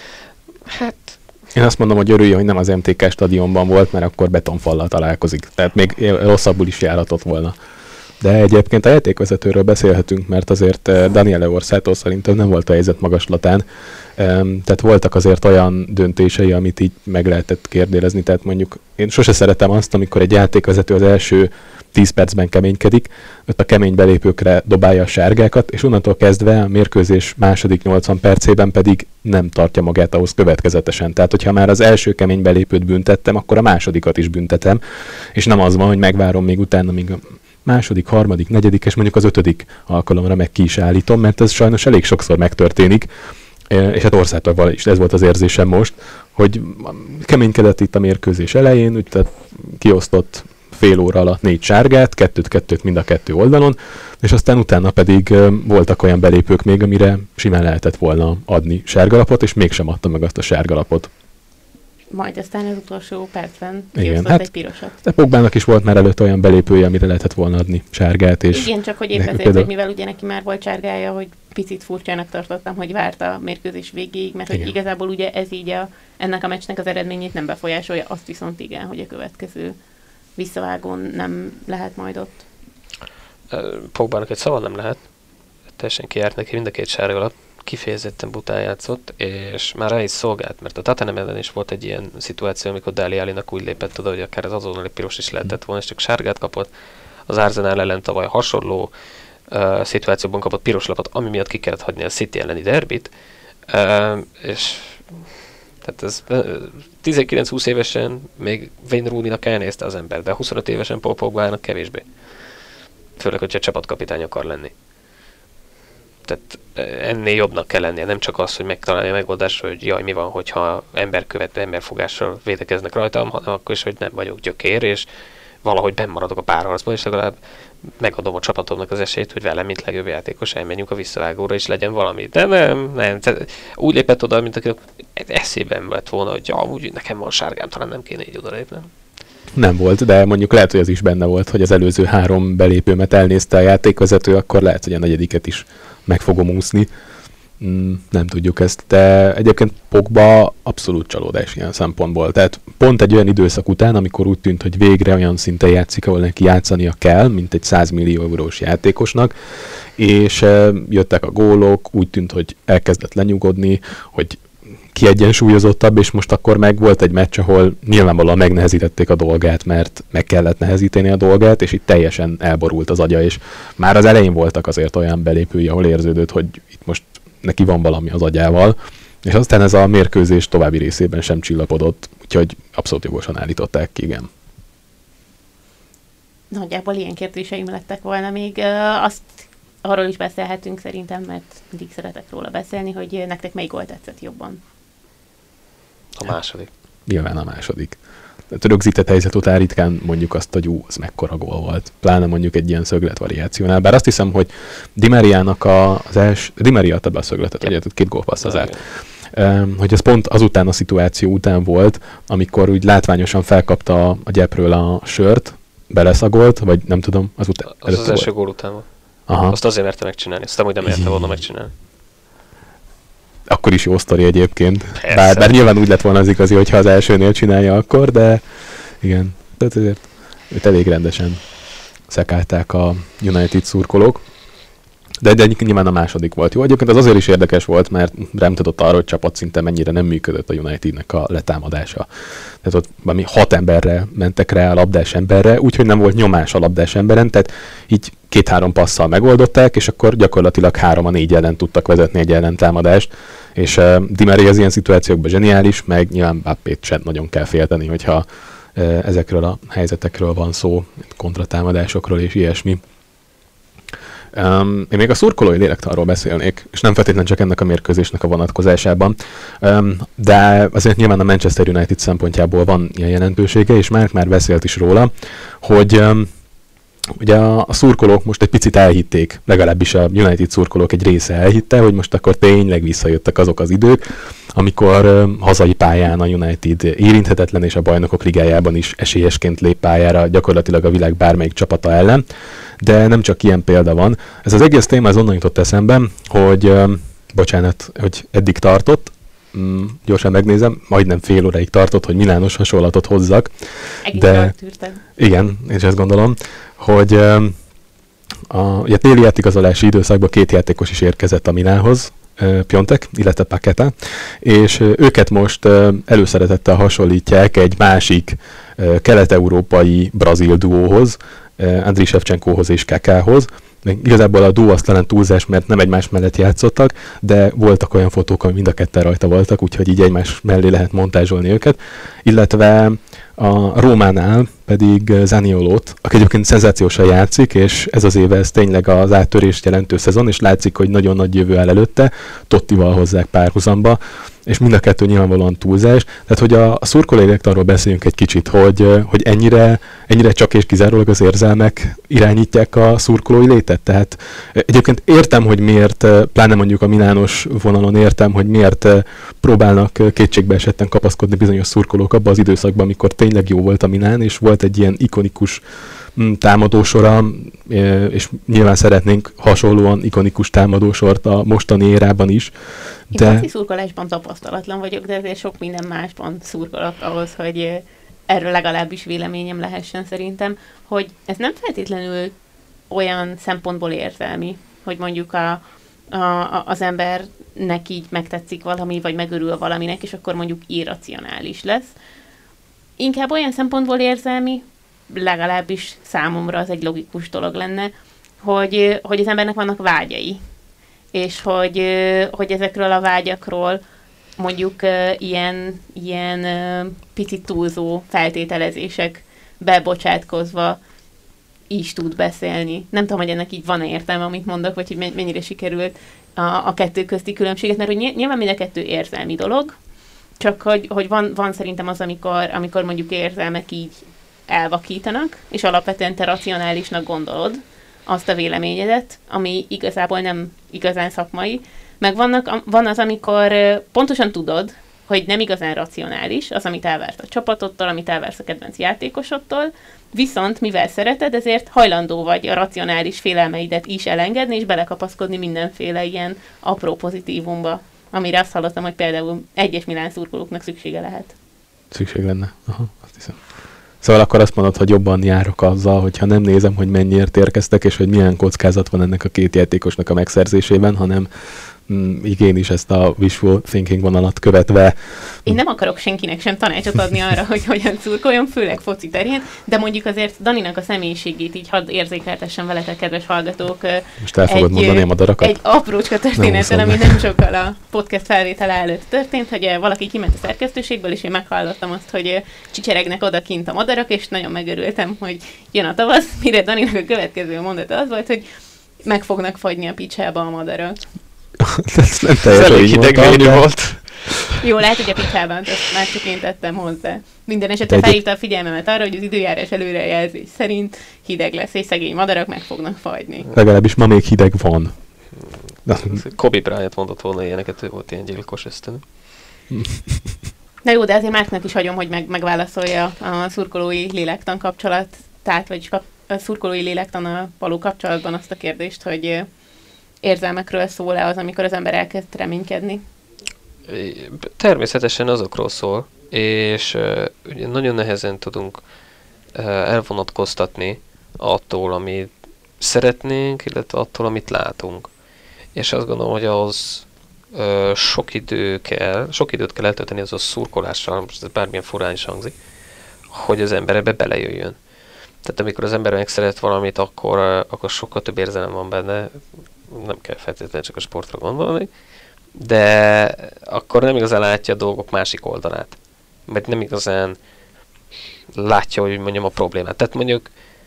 Hát... Én azt mondom, hogy örüljön, hogy nem az em té ká stadionban volt, mert akkor betonfallal találkozik. Tehát még rosszabbul is járhatott volna. De egyébként a játékvezetőről beszélhetünk, mert azért Daniele Orsato szerintem nem volt a helyzet magaslatán. Tehát voltak azért olyan döntései, amit így meg lehetett kérdélezni. Tehát mondjuk én sose szeretem azt, amikor egy játékvezető az első tíz percben keménykedik, ott a kemény belépőkre dobálja a sárgákat, és onnantól kezdve a mérkőzés második nyolcvan percében pedig nem tartja magát ahhoz következetesen. Tehát, hogyha már az első kemény belépőt büntettem, akkor a másodikat is büntetem, és nem az van, hogy megvárom még utána, míg a második, harmadik, negyedik, és mondjuk az ötödik alkalomra meg ki is állítom, mert ez sajnos elég sokszor megtörténik, és hát Orsatóval is ez volt az érzésem most, hogy keménykedett itt a mérkőzés elején, úgy tehát kiosztott fél óra alatt négy sárgát, kettőt-kettőt mind a kettő oldalon, és aztán utána pedig uh, voltak olyan belépők még, amire simán lehetett volna adni sárgalapot, és mégsem adta meg azt a sárgalapot. Majd aztán az utolsó percben kiosztott hát, egy pirosat. De Pogbának is volt már előtt olyan belépője, amire lehetett volna adni sárgát. És igen, csak hogy épp ezért, például... hogy mivel ugye neki már volt sárgája, hogy picit furcsának tartottam, hogy várta a mérkőzés végéig, mert hogy igazából ugye ez így a, ennek a meccsnek az eredményét nem befolyásolja, azt viszont igen, hogy a következő visszavágón nem lehet majd ott. Pogbának egy szava nem lehet. teljesen kijárt neki, mind a két sárga lap, kifejezetten bután játszott, és már rá is szolgált, mert a Tottenham ellen is volt egy ilyen szituáció, amikor Dele Allinak úgy lépett oda, hogy akár az azonnali piros is lehetett volna, és csak sárgát kapott. Az Arsenal ellen tavaly hasonló uh, szituációban kapott piros lapot, ami miatt ki kellett hagyni a City elleni derbit, uh, és tehát ez uh, tizenkilenc-húsz évesen még Wayne Rooney-nak elnézte az ember, de huszonöt évesen Paul Pogba-nak kevésbé. Főleg, hogyha csapatkapitány akar lenni. Tehát ennél jobbnak kell lennie, nem csak az, hogy megtalálja a megoldást, hogy jaj, mi van, hogyha emberkövető emberfogással védekeznek rajtam, hanem akkor is, hogy nem vagyok gyökér, és valahogy benn maradok a párharcban, és legalább megadom a csapatomnak az esélyt, hogy velem, mint legjobb játékos, elmenjünk a visszavágóra, és legyen valami. De nem, nem. Tehát úgy lépett oda, mint akinek eszében lett volna, hogy ja, úgy nekem van sárgám, talán nem kéne így odalépnem. Nem volt, de mondjuk lehet, hogy az is benne volt, hogy az előző három belépőmet elnézte a játékvezető, akkor lehet, hogy a negyediket is meg fogom úszni. Mm, nem tudjuk ezt, de egyébként Pogba abszolút csalódás ilyen szempontból. Tehát pont egy olyan időszak után, amikor úgy tűnt, hogy végre olyan szinten játszik, ahol neki játszania kell, mint egy száz millió eurós játékosnak, és e, jöttek a gólok, úgy tűnt, hogy elkezdett lenyugodni, hogy kiegyensúlyozottabb, és most akkor meg volt egy meccs, ahol nyilvánvalóan megnehezítették a dolgát, mert meg kellett nehezíteni a dolgát, és itt teljesen elborult az agya, és már az elején voltak azért olyan belépői, ahol érződött, hogy itt most neki van valami az agyával, és aztán ez a mérkőzés további részében sem csillapodott, úgyhogy abszolút jogosan állították ki, igen. Nagyjából ilyen kérdéseim lettek volna még. Uh, azt arról is beszélhetünk szerintem, mert mindig szeretek róla beszélni, hogy nektek melyik gól tetszett jobban? A második. Nyilván a második. Tehát rögzített helyzet után ritkán mondjuk azt, hogy ú, az mekkora gól volt. Pláne mondjuk egy ilyen szöglet variációnál. Bár azt hiszem, hogy Di Mariának a, az els... Di Maria adta be a szögletet, ugye, két gólpassz az át. Um, hogy ez pont azután a szituáció után volt, amikor úgy látványosan felkapta a gyepről a sört, beleszagolt, vagy nem tudom, azután. Az az első gól után volt. Aha. Azt azért merte megcsinálni, azt amúgy nem merte volna megcsinálni. Akkor is jó sztori egyébként. Persze. Bár, bár nyilván úgy lett volna az igazi, hogyha az elsőnél csinálja akkor, de igen. Tehát azért őt elég rendesen szekálták a United szurkolók. De, de nyilván a második volt jó. Egyébként az azért is érdekes volt, mert nem tudott arra, hogy csapatszinten mennyire nem működött a Unitednek a letámadása. Tehát ott valami hat emberre mentek rá a labdás emberre, úgyhogy nem volt nyomás a labdás emberen, tehát így két-három passzal megoldották, és akkor gyakorlatilag három a négy ellen tudtak vezetni egy ellentámadást, és uh, Di Maria az ilyen szituációkban zseniális, meg nyilván Mbappét sem nagyon kell félteni, hogyha uh, ezekről a helyzetekről van szó, kontratámadásokról és ilyesmi. Um, én még a szurkolói lélektanról beszélnék, és nem feltétlenül csak ennek a mérkőzésnek a vonatkozásában, um, de azért nyilván a Manchester United szempontjából van ilyen jelentősége, és Márk már beszélt is róla, hogy um, ugye a, a szurkolók most egy picit elhitték, legalábbis a United szurkolók egy része elhitte, hogy most akkor tényleg visszajöttek azok az idők, amikor um, hazai pályán a United érinthetetlen, és a Bajnokok Ligájában is esélyesként lép pályára gyakorlatilag a világ bármelyik csapata ellen. De nem csak ilyen példa van. Ez az egész téma az onnan jutott eszembe, hogy, um, bocsánat, hogy eddig tartott, mm, gyorsan megnézem, majdnem fél óráig tartott, hogy Milános hasonlatot hozzak. Egész de igen, én is ezt gondolom, hogy um, a ugye, téli játékigazolási időszakban két játékos is érkezett a Milánhoz, uh, Piontek, illetve Paqueta, és uh, őket most uh, előszeretettel hasonlítják egy másik uh, kelet-európai brazil duóhoz, Andriy Shevchenkohoz és Kakához. Igazából a duó azt talán túlzás, mert nem egymás mellett játszottak, de voltak olyan fotók, ami mind a ketten rajta voltak, úgyhogy így egymás mellé lehet montázsolni őket. Illetve a Rómánál pedig Zaniolót, aki egyébként szenzációsan játszik, és ez az éve ez tényleg az áttörést jelentő szezon, és látszik, hogy nagyon nagy jövő áll előtte, Tottival hozzák párhuzamba, és mind a kettő nyilvánvalóan túlzás. Tehát, hogy a, a szurkolói arról beszéljünk egy kicsit, hogy, hogy ennyire, ennyire csak és kizárólag az érzelmek irányítják a szurkolói létet. Tehát egyébként értem, hogy miért, pláne mondjuk a milános vonalon értem, hogy miért próbálnak kétségbe esetten kapaszkodni bizonyos szurkolók abban az időszakban, amikor tényleg jó volt a Milán, és volt egy ilyen ikonikus támadósora, és nyilván szeretnénk hasonlóan ikonikus támadósort a mostani érában is. De... Én foci szurkolásban tapasztalatlan vagyok, de ezért sok minden másban szurkolok ahhoz, hogy erről legalábbis véleményem lehessen szerintem, hogy ez nem feltétlenül olyan szempontból érzelmi, hogy mondjuk a, a, az embernek így megtetszik valami, vagy megörül valaminek, és akkor mondjuk irracionális lesz. Inkább olyan szempontból érzelmi, legalábbis számomra az egy logikus dolog lenne, hogy, hogy az embernek vannak vágyai, és hogy, hogy ezekről a vágyakról mondjuk ilyen, ilyen picit túlzó feltételezések bebocsátkozva is tud beszélni. Nem tudom, hogy ennek így van-e értelme, amit mondok, vagy hogy mennyire sikerült a, a kettő közti különbséget, mert hogy nyilván mind a kettő érzelmi dolog, csak hogy, hogy van, van szerintem az, amikor, amikor mondjuk érzelmek így elvakítanak, és alapvetően te racionálisnak gondolod azt a véleményedet, ami igazából nem igazán szakmai, meg vannak, van az, amikor pontosan tudod, hogy nem igazán racionális az, amit elvársz a csapatottól, amit elvársz a kedvenc játékosodtól, viszont mivel szereted, ezért hajlandó vagy a racionális félelmeidet is elengedni, és belekapaszkodni mindenféle ilyen apró pozitívumba, amire azt hallottam, hogy például egyes Milán szurkolóknak szüksége lehet. Szükség lenne. Aha, azt hiszem. Szóval akkor azt mondod, hogy jobban járok azzal, hogyha nem nézem, hogy mennyiért érkeztek, és hogy milyen kockázat van ennek a két játékosnak a megszerzésében, hanem mm, én is ezt a wishful thinking vonalat követve. Én nem akarok senkinek sem tanácsot adni arra, hogy hogyan szurkoljon, főleg foci terén, de mondjuk azért Daninak a személyiségét így hadd érzékeltessen veletek, kedves hallgatók. Most el fogod egy, mondani a madarakat? Egy aprócska történeten, ami nem sokkal a podcast felvétel előtt történt, hogy valaki kiment a szerkesztőségből, és én meghallottam azt, hogy csicseregnek odakint a madarak, és nagyon megörültem, hogy jön a tavasz, mire Daninak a következő mondata az volt, hogy meg fognak fagyni a picsába a madarak. Ez nem teljesen így hideg de... volt. Jó, lehet, hogy a picsában, ezt már csak én tettem hozzá. Minden esetre felhívta a figyelmemet arra, hogy az időjárás előrejelzés szerint hideg lesz, és szegény madarak meg fognak fagyni. Legalábbis ma még hideg van. Kobe Bryant mondott volna ilyeneket, ő volt ilyen gyilkos ösztönű. Na jó, de azért Márknak is hagyom, hogy meg, megválaszolja a szurkolói lélektan kapcsolatát, vagy a szurkolói lélektannal való kapcsolatban azt a kérdést, hogy érzelmekről szól-e az, amikor az ember elkezd reménykedni? Természetesen azokról szól, és uh, ugye nagyon nehezen tudunk uh, elvonatkoztatni attól, amit szeretnénk, illetve attól, amit látunk. És azt gondolom, hogy ahhoz uh, sok idő kell, sok időt kell eltölteni az a szurkolással, most ez bármilyen furán is hangzik, hogy az ember ebbe belejöjjön. Tehát amikor az ember megszeret valamit, akkor, uh, akkor sokkal több érzelem van benne, nem kell feltétlenül csak a sportra gondolni, de akkor nem igazán látja a dolgok másik oldalát. Vagy nem igazán látja, hogy mondjam, a problémát. Tehát mondjuk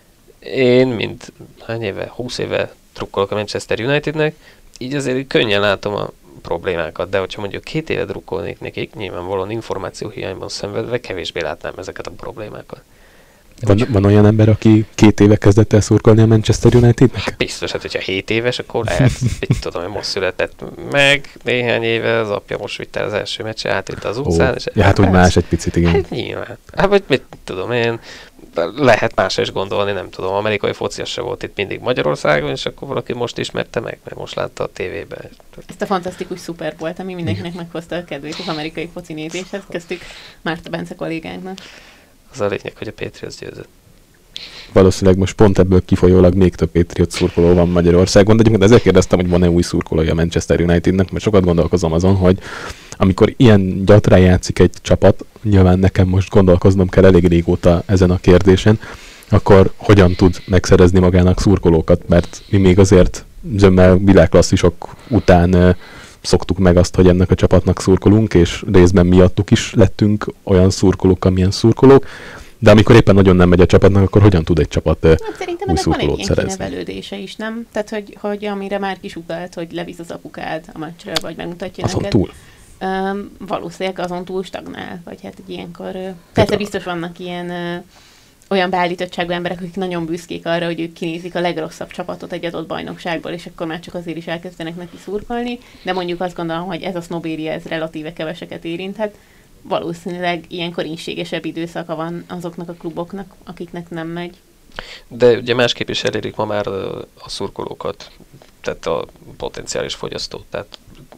én, mint hány éve, húsz éve drukkolok a Manchester Unitednek, így azért könnyen látom a problémákat, de hogyha mondjuk két éve drukkolnék nekik, nyilvánvalóan információhiányban szenvedve kevésbé látnám ezeket a problémákat. Van, van olyan ember, aki két éve kezdett el szurkolni a Manchester Unitednek? Hát biztos, hát hogyha hét éves, akkor lehet, mit tudom, hogy most született meg, néhány éve az apja most vitte az első meccse, átült az utcán. Ó, és ja, hát úgy más egy picit, igen. Hát nyilván. Hát vagy mit tudom én, lehet másra is gondolni, nem tudom, amerikai focias se volt itt mindig Magyarországon, és akkor valaki most ismerte meg, mert most látta a tévében. Ezt a fantasztikus szuper volt, ami mindenkinek meghozta a kedvét az amerikai foci nézéshez, köztük Márta Bence kollégánknak. Az a lényeg, hogy a Patriots győzött. Valószínűleg most pont ebből kifolyólag még több Patriots szurkoló van Magyarországon, de egyébként ezért kérdeztem, hogy van-e új szurkolója a Manchester Unitednek, mert sokat gondolkozom azon, hogy amikor ilyen gyatrán játszik egy csapat, nyilván nekem most gondolkoznom kell elég régóta ezen a kérdésen, akkor hogyan tud megszerezni magának szurkolókat, mert mi még azért zömmel világklasszisok után szoktuk meg azt, hogy ennek a csapatnak szurkolunk, és részben miattuk is lettünk olyan szurkolók, amilyen szurkolók, de amikor éppen nagyon nem megy a csapatnak, akkor hogyan tud egy csapat hát, szerintem új ennek van egy ilyen szerezni? kinevelődése is, nem? Tehát, hogy, hogy amire már is utalt, hogy levisz az apukád a meccsre, vagy megmutatja azon neked. túl? Um, valószínűleg azon túl stagnál, vagy hát egy ilyenkor... Uh, persze biztos vannak ilyen uh, olyan beállítottságú emberek, akik nagyon büszkék arra, hogy ők kinézik a legrosszabb csapatot egy adott bajnokságból, és akkor már csak azért is elkezdenek neki szurkolni, de mondjuk azt gondolom, hogy ez a sznobéria, ez relatíve keveseket érinthet. Valószínűleg ilyenkor inségesebb időszaka van azoknak a kluboknak, akiknek nem megy. De ugye másképp is elérik ma már a szurkolókat, tehát a potenciális fogyasztót. Tehát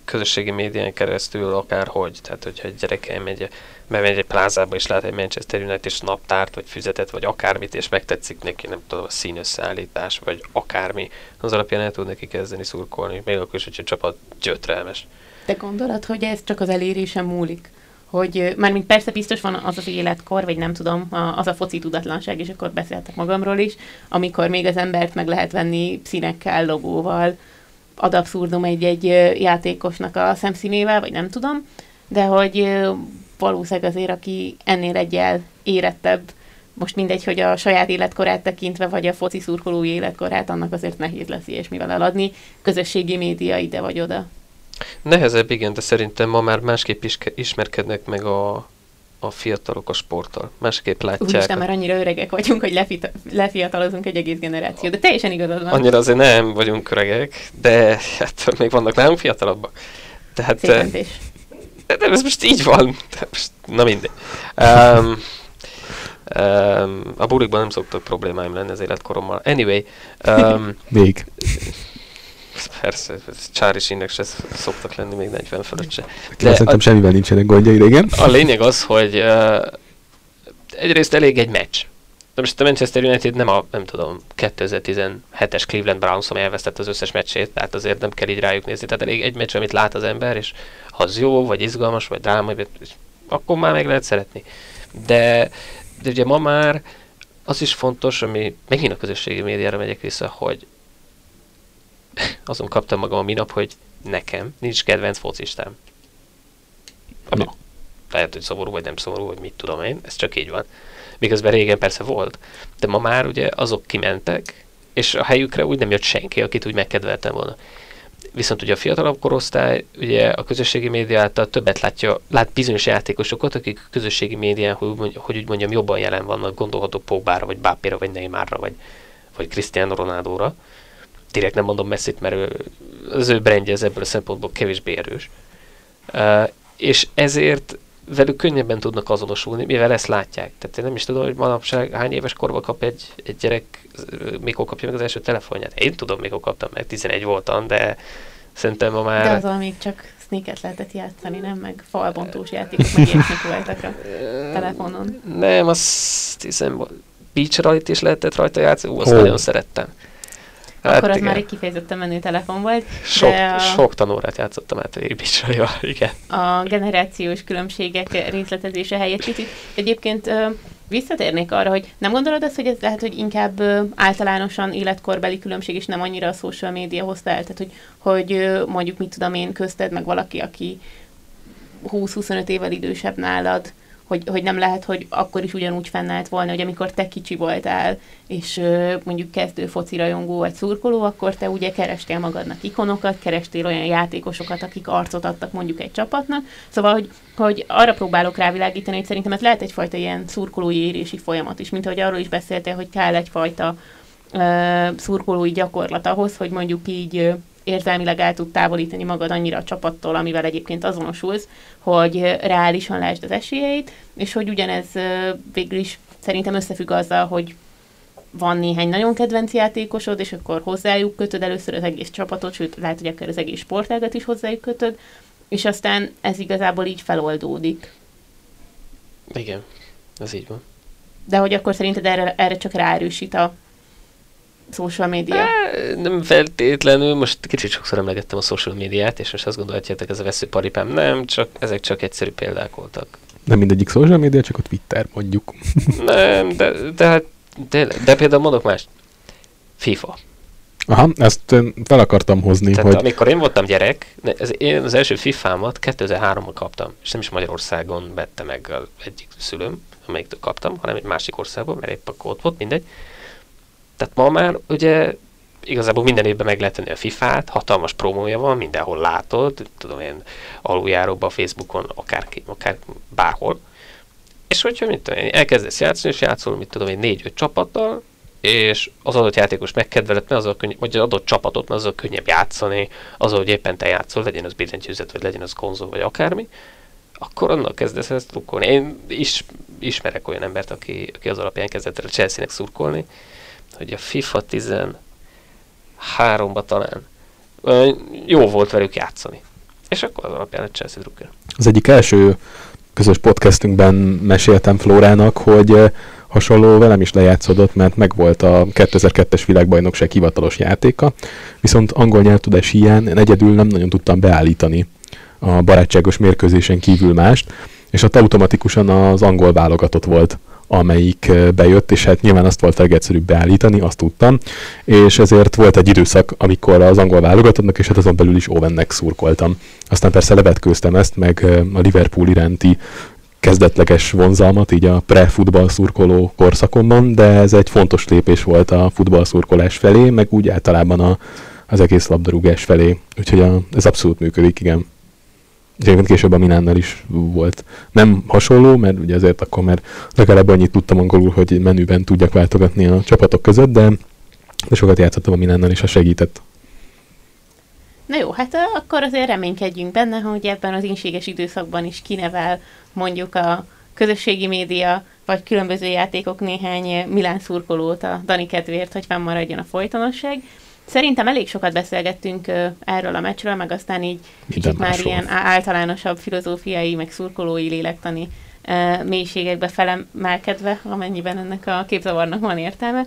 közösségi médián keresztül akárhogy. Tehát, hogyha egy gyerek elmegy, bemegy egy plázába, és lát egy Manchester United és naptárt, vagy füzetet, vagy akármit, és megtetszik neki, nem tudom, a színösszállítás, vagy akármi, az alapján el tud neki kezdeni szurkolni, még akkor is, hogy a csapat gyötrelmes. De gondolod, hogy ez csak az elérésen múlik? Hogy mármint persze biztos van az az életkor, vagy nem tudom, az a foci tudatlanság, és akkor beszéltek magamról is, amikor még az embert meg lehet venni színekkel, logóval, ad abszurdum egy-egy játékosnak a szemszínével, vagy nem tudom, de hogy valószínűleg azért, aki ennél egyel érettebb, most mindegy, hogy a saját életkorát tekintve, vagy a foci szurkolói életkorát, annak azért nehéz lesz ilyesmivel eladni. Közösségi média ide vagy oda. Nehezebb, igen, de szerintem ma már másképp is ismerkednek meg a, a fiatalok a sporttal. Másképp látják. Úristen, már annyira öregek vagyunk, hogy lefita- lefiatalozunk egy egész generáció, de teljesen igazad van. Annyira azért nem vagyunk öregek, de hát még vannak nálunk fiatalabbak. Tehát, Szépentés. De, de ez most így van. De most, na mindegy. Um, um, a bulikban nem szoktak problémáim lenni az életkorommal. Anyway. Um, még. Persze, csári sínnek se szoktak lenni még negyven fölött se. De szerintem semmivel nincsenek gondjai, igen. A lényeg az, hogy uh, egyrészt elég egy meccs. De most a Manchester United nem a, nem tudom, kétezer-tizenhetes Cleveland Browns, ami elvesztett az összes meccsét, tehát azért nem kell így rájuk nézni. Tehát elég egy meccs, amit lát az ember, és ha az jó, vagy izgalmas, vagy drámai, akkor már meg lehet szeretni. De, de ugye ma már az is fontos, ami megint a közösségi médiára megyek vissza, hogy azon kaptam magam a minap, hogy nekem nincs kedvenc focistám. Ami no. Lehet, hogy szomorú, vagy nem szomorú, vagy mit tudom én, ez csak így van. Miközben régen persze volt. De ma már ugye azok kimentek, és a helyükre úgy nem jött senki, akit úgy megkedveltem volna. Viszont ugye a fiatalabb korosztály ugye a közösségi média által többet látja, lát bizonyos játékosokat, akik a közösségi médián, hogy, hogy úgy mondjam, jobban jelen vannak, gondolhatok Pogbára, vagy Mbappéra, vagy Neymarra, vagy, vagy Cristiano Ronaldóra. Direkt nem mondom Messit, mert ő, az ő brandje ez ebből a szempontból kevésbé erős. Uh, és ezért velük könnyebben tudnak azonosulni, mivel ezt látják. Tehát én nem is tudom, hogy manapság hány éves korban kap egy, egy gyerek, mikor kapja meg az első telefonját. Én tudom, mikor kaptam meg, tizenegy voltam, de szerintem ma már... De azzal még csak sneaket lehetett játszani, nem? Meg falbontós játékok, meg ilyesmik voltak a telefonon. Nem, azt hiszem, Beach Rally-t is lehetett rajta játszani, ú, azt oh. nagyon szerettem. Hát akkor az igen. már egy kifejezetten menő telefon volt. Sok, de a, sok tanórát játszottam át a Beach Rally-val, igen. A generációs különbségek részletezése helyett kicsit. Egyébként ö, visszatérnék arra, hogy nem gondolod azt, hogy ez lehet, hogy inkább ö, általánosan életkorbeli különbség, és nem annyira a social média hozta el? Tehát, hogy, hogy ö, mondjuk mit tudom én közted, meg valaki, aki húsz-huszonöt évvel idősebb nálad, Hogy, hogy nem lehet, hogy akkor is ugyanúgy fennállt volna, hogy amikor te kicsi voltál, és ö, mondjuk kezdő focirajongó vagy szurkoló, akkor te ugye kerestél magadnak ikonokat, kerestél olyan játékosokat, akik arcot adtak mondjuk egy csapatnak. Szóval, hogy, hogy arra próbálok rávilágítani, hogy szerintem ez lehet egyfajta ilyen szurkolói érési folyamat is, mint ahogy arról is beszéltél, hogy kell egyfajta ö, szurkolói gyakorlat ahhoz, hogy mondjuk így ö, érzelmileg el tud távolítani magad annyira a csapattól, amivel egyébként azonosulsz, hogy reálisan lásd az esélyeit, és hogy ugyanez végül is szerintem összefügg azzal, hogy van néhány nagyon kedvenc játékosod, és akkor hozzájuk kötöd először az egész csapatot, sőt, lehet, hogy akár az egész sportágat is hozzájuk kötöd, és aztán ez igazából így feloldódik. Igen, ez így van. De hogy akkor szerinted erre, erre csak ráerősít a social media? É, nem feltétlenül, most kicsit sokszor emlegettem a social médiát, és most azt gondolhatjátok, ez a veszőparipám. Nem, csak, ezek csak egyszerű példák voltak. Nem mindegyik social média, csak a Twitter, mondjuk. Nem, de, de, hát, de, de például mondok más. FIFA. Aha, ezt fel akartam hozni, Tehát hogy... amikor én voltam gyerek, ez, én az első fifámat kétezer-háromban kaptam, és nem is Magyarországon vette meg egyik szülőm, amelyiktől kaptam, hanem egy másik országban, mert épp akkor ott volt, mindegy. Tehát ma már ugye igazából minden évben meg lehet tenni a fifát, hatalmas promója van, mindenhol látod, tudom én, aluljáróban, Facebookon, akár, akár bárhol. És hogyha mit tudom én, elkezdesz játszani, és játszol, mit tudom én, négy-öt csapattal, és az adott játékos megkedveled, mert azzal könnyebb, vagy az adott csapatot, mert azzal könnyebb játszani, azzal, hogy éppen te játszol, legyen az billentyűzet, vagy legyen az konzol, vagy akármi, akkor annak kezdesz ezt szurkolni. Én is ismerek olyan embert, aki, aki az alapján kezdett el a Chelsea-nek szurkolni, hogy a FIFA tizenháromban talán jó volt velük játszani. És akkor az alapján egy Chelsea Drucker. Az egyik első közös podcastünkben meséltem Flórának, hogy hasonló velem is lejátszódott, mert megvolt a kétezer-kettes világbajnokság hivatalos játéka, viszont angol nyelvtudás hiány egyedül nem nagyon tudtam beállítani a barátságos mérkőzésen kívül mást, és ott automatikusan az angol válogatott volt, amelyik bejött, és hát nyilván azt volt a legegyszerűbb beállítani, azt tudtam, és ezért volt egy időszak, amikor az angol válogatottnak, és hát azon belül is Owennek szurkoltam. Aztán persze levetkőztem ezt, meg a Liverpool iránti kezdetleges vonzalmat, így a pre-futball szurkoló korszakomban, de ez egy fontos lépés volt a futball szurkolás felé, meg úgy általában a, az egész labdarúgás felé. Úgyhogy a, ez abszolút működik, igen. Egyébként később a Milánnal is volt. Nem hasonló, mert ugye azért akkor már legalább annyit tudtam angolul, hogy menüben tudjak váltogatni a csapatok között, de, de sokat játszottam a Milánnal, és az segített. Na jó, hát akkor azért reménykedjünk benne, hogy ebben az ínséges időszakban is kinevel mondjuk a közösségi média, vagy különböző játékok néhány Milán szurkolót a Dani kedvéért, hogy fennmaradjon a folytonosság. Szerintem elég sokat beszélgettünk uh, erről a meccsről, meg aztán így kicsit már ilyen általánosabb filozófiai, meg szurkolói, lélektani uh, mélységekbe felemelkedve, amennyiben ennek a képzavarnak van értelme.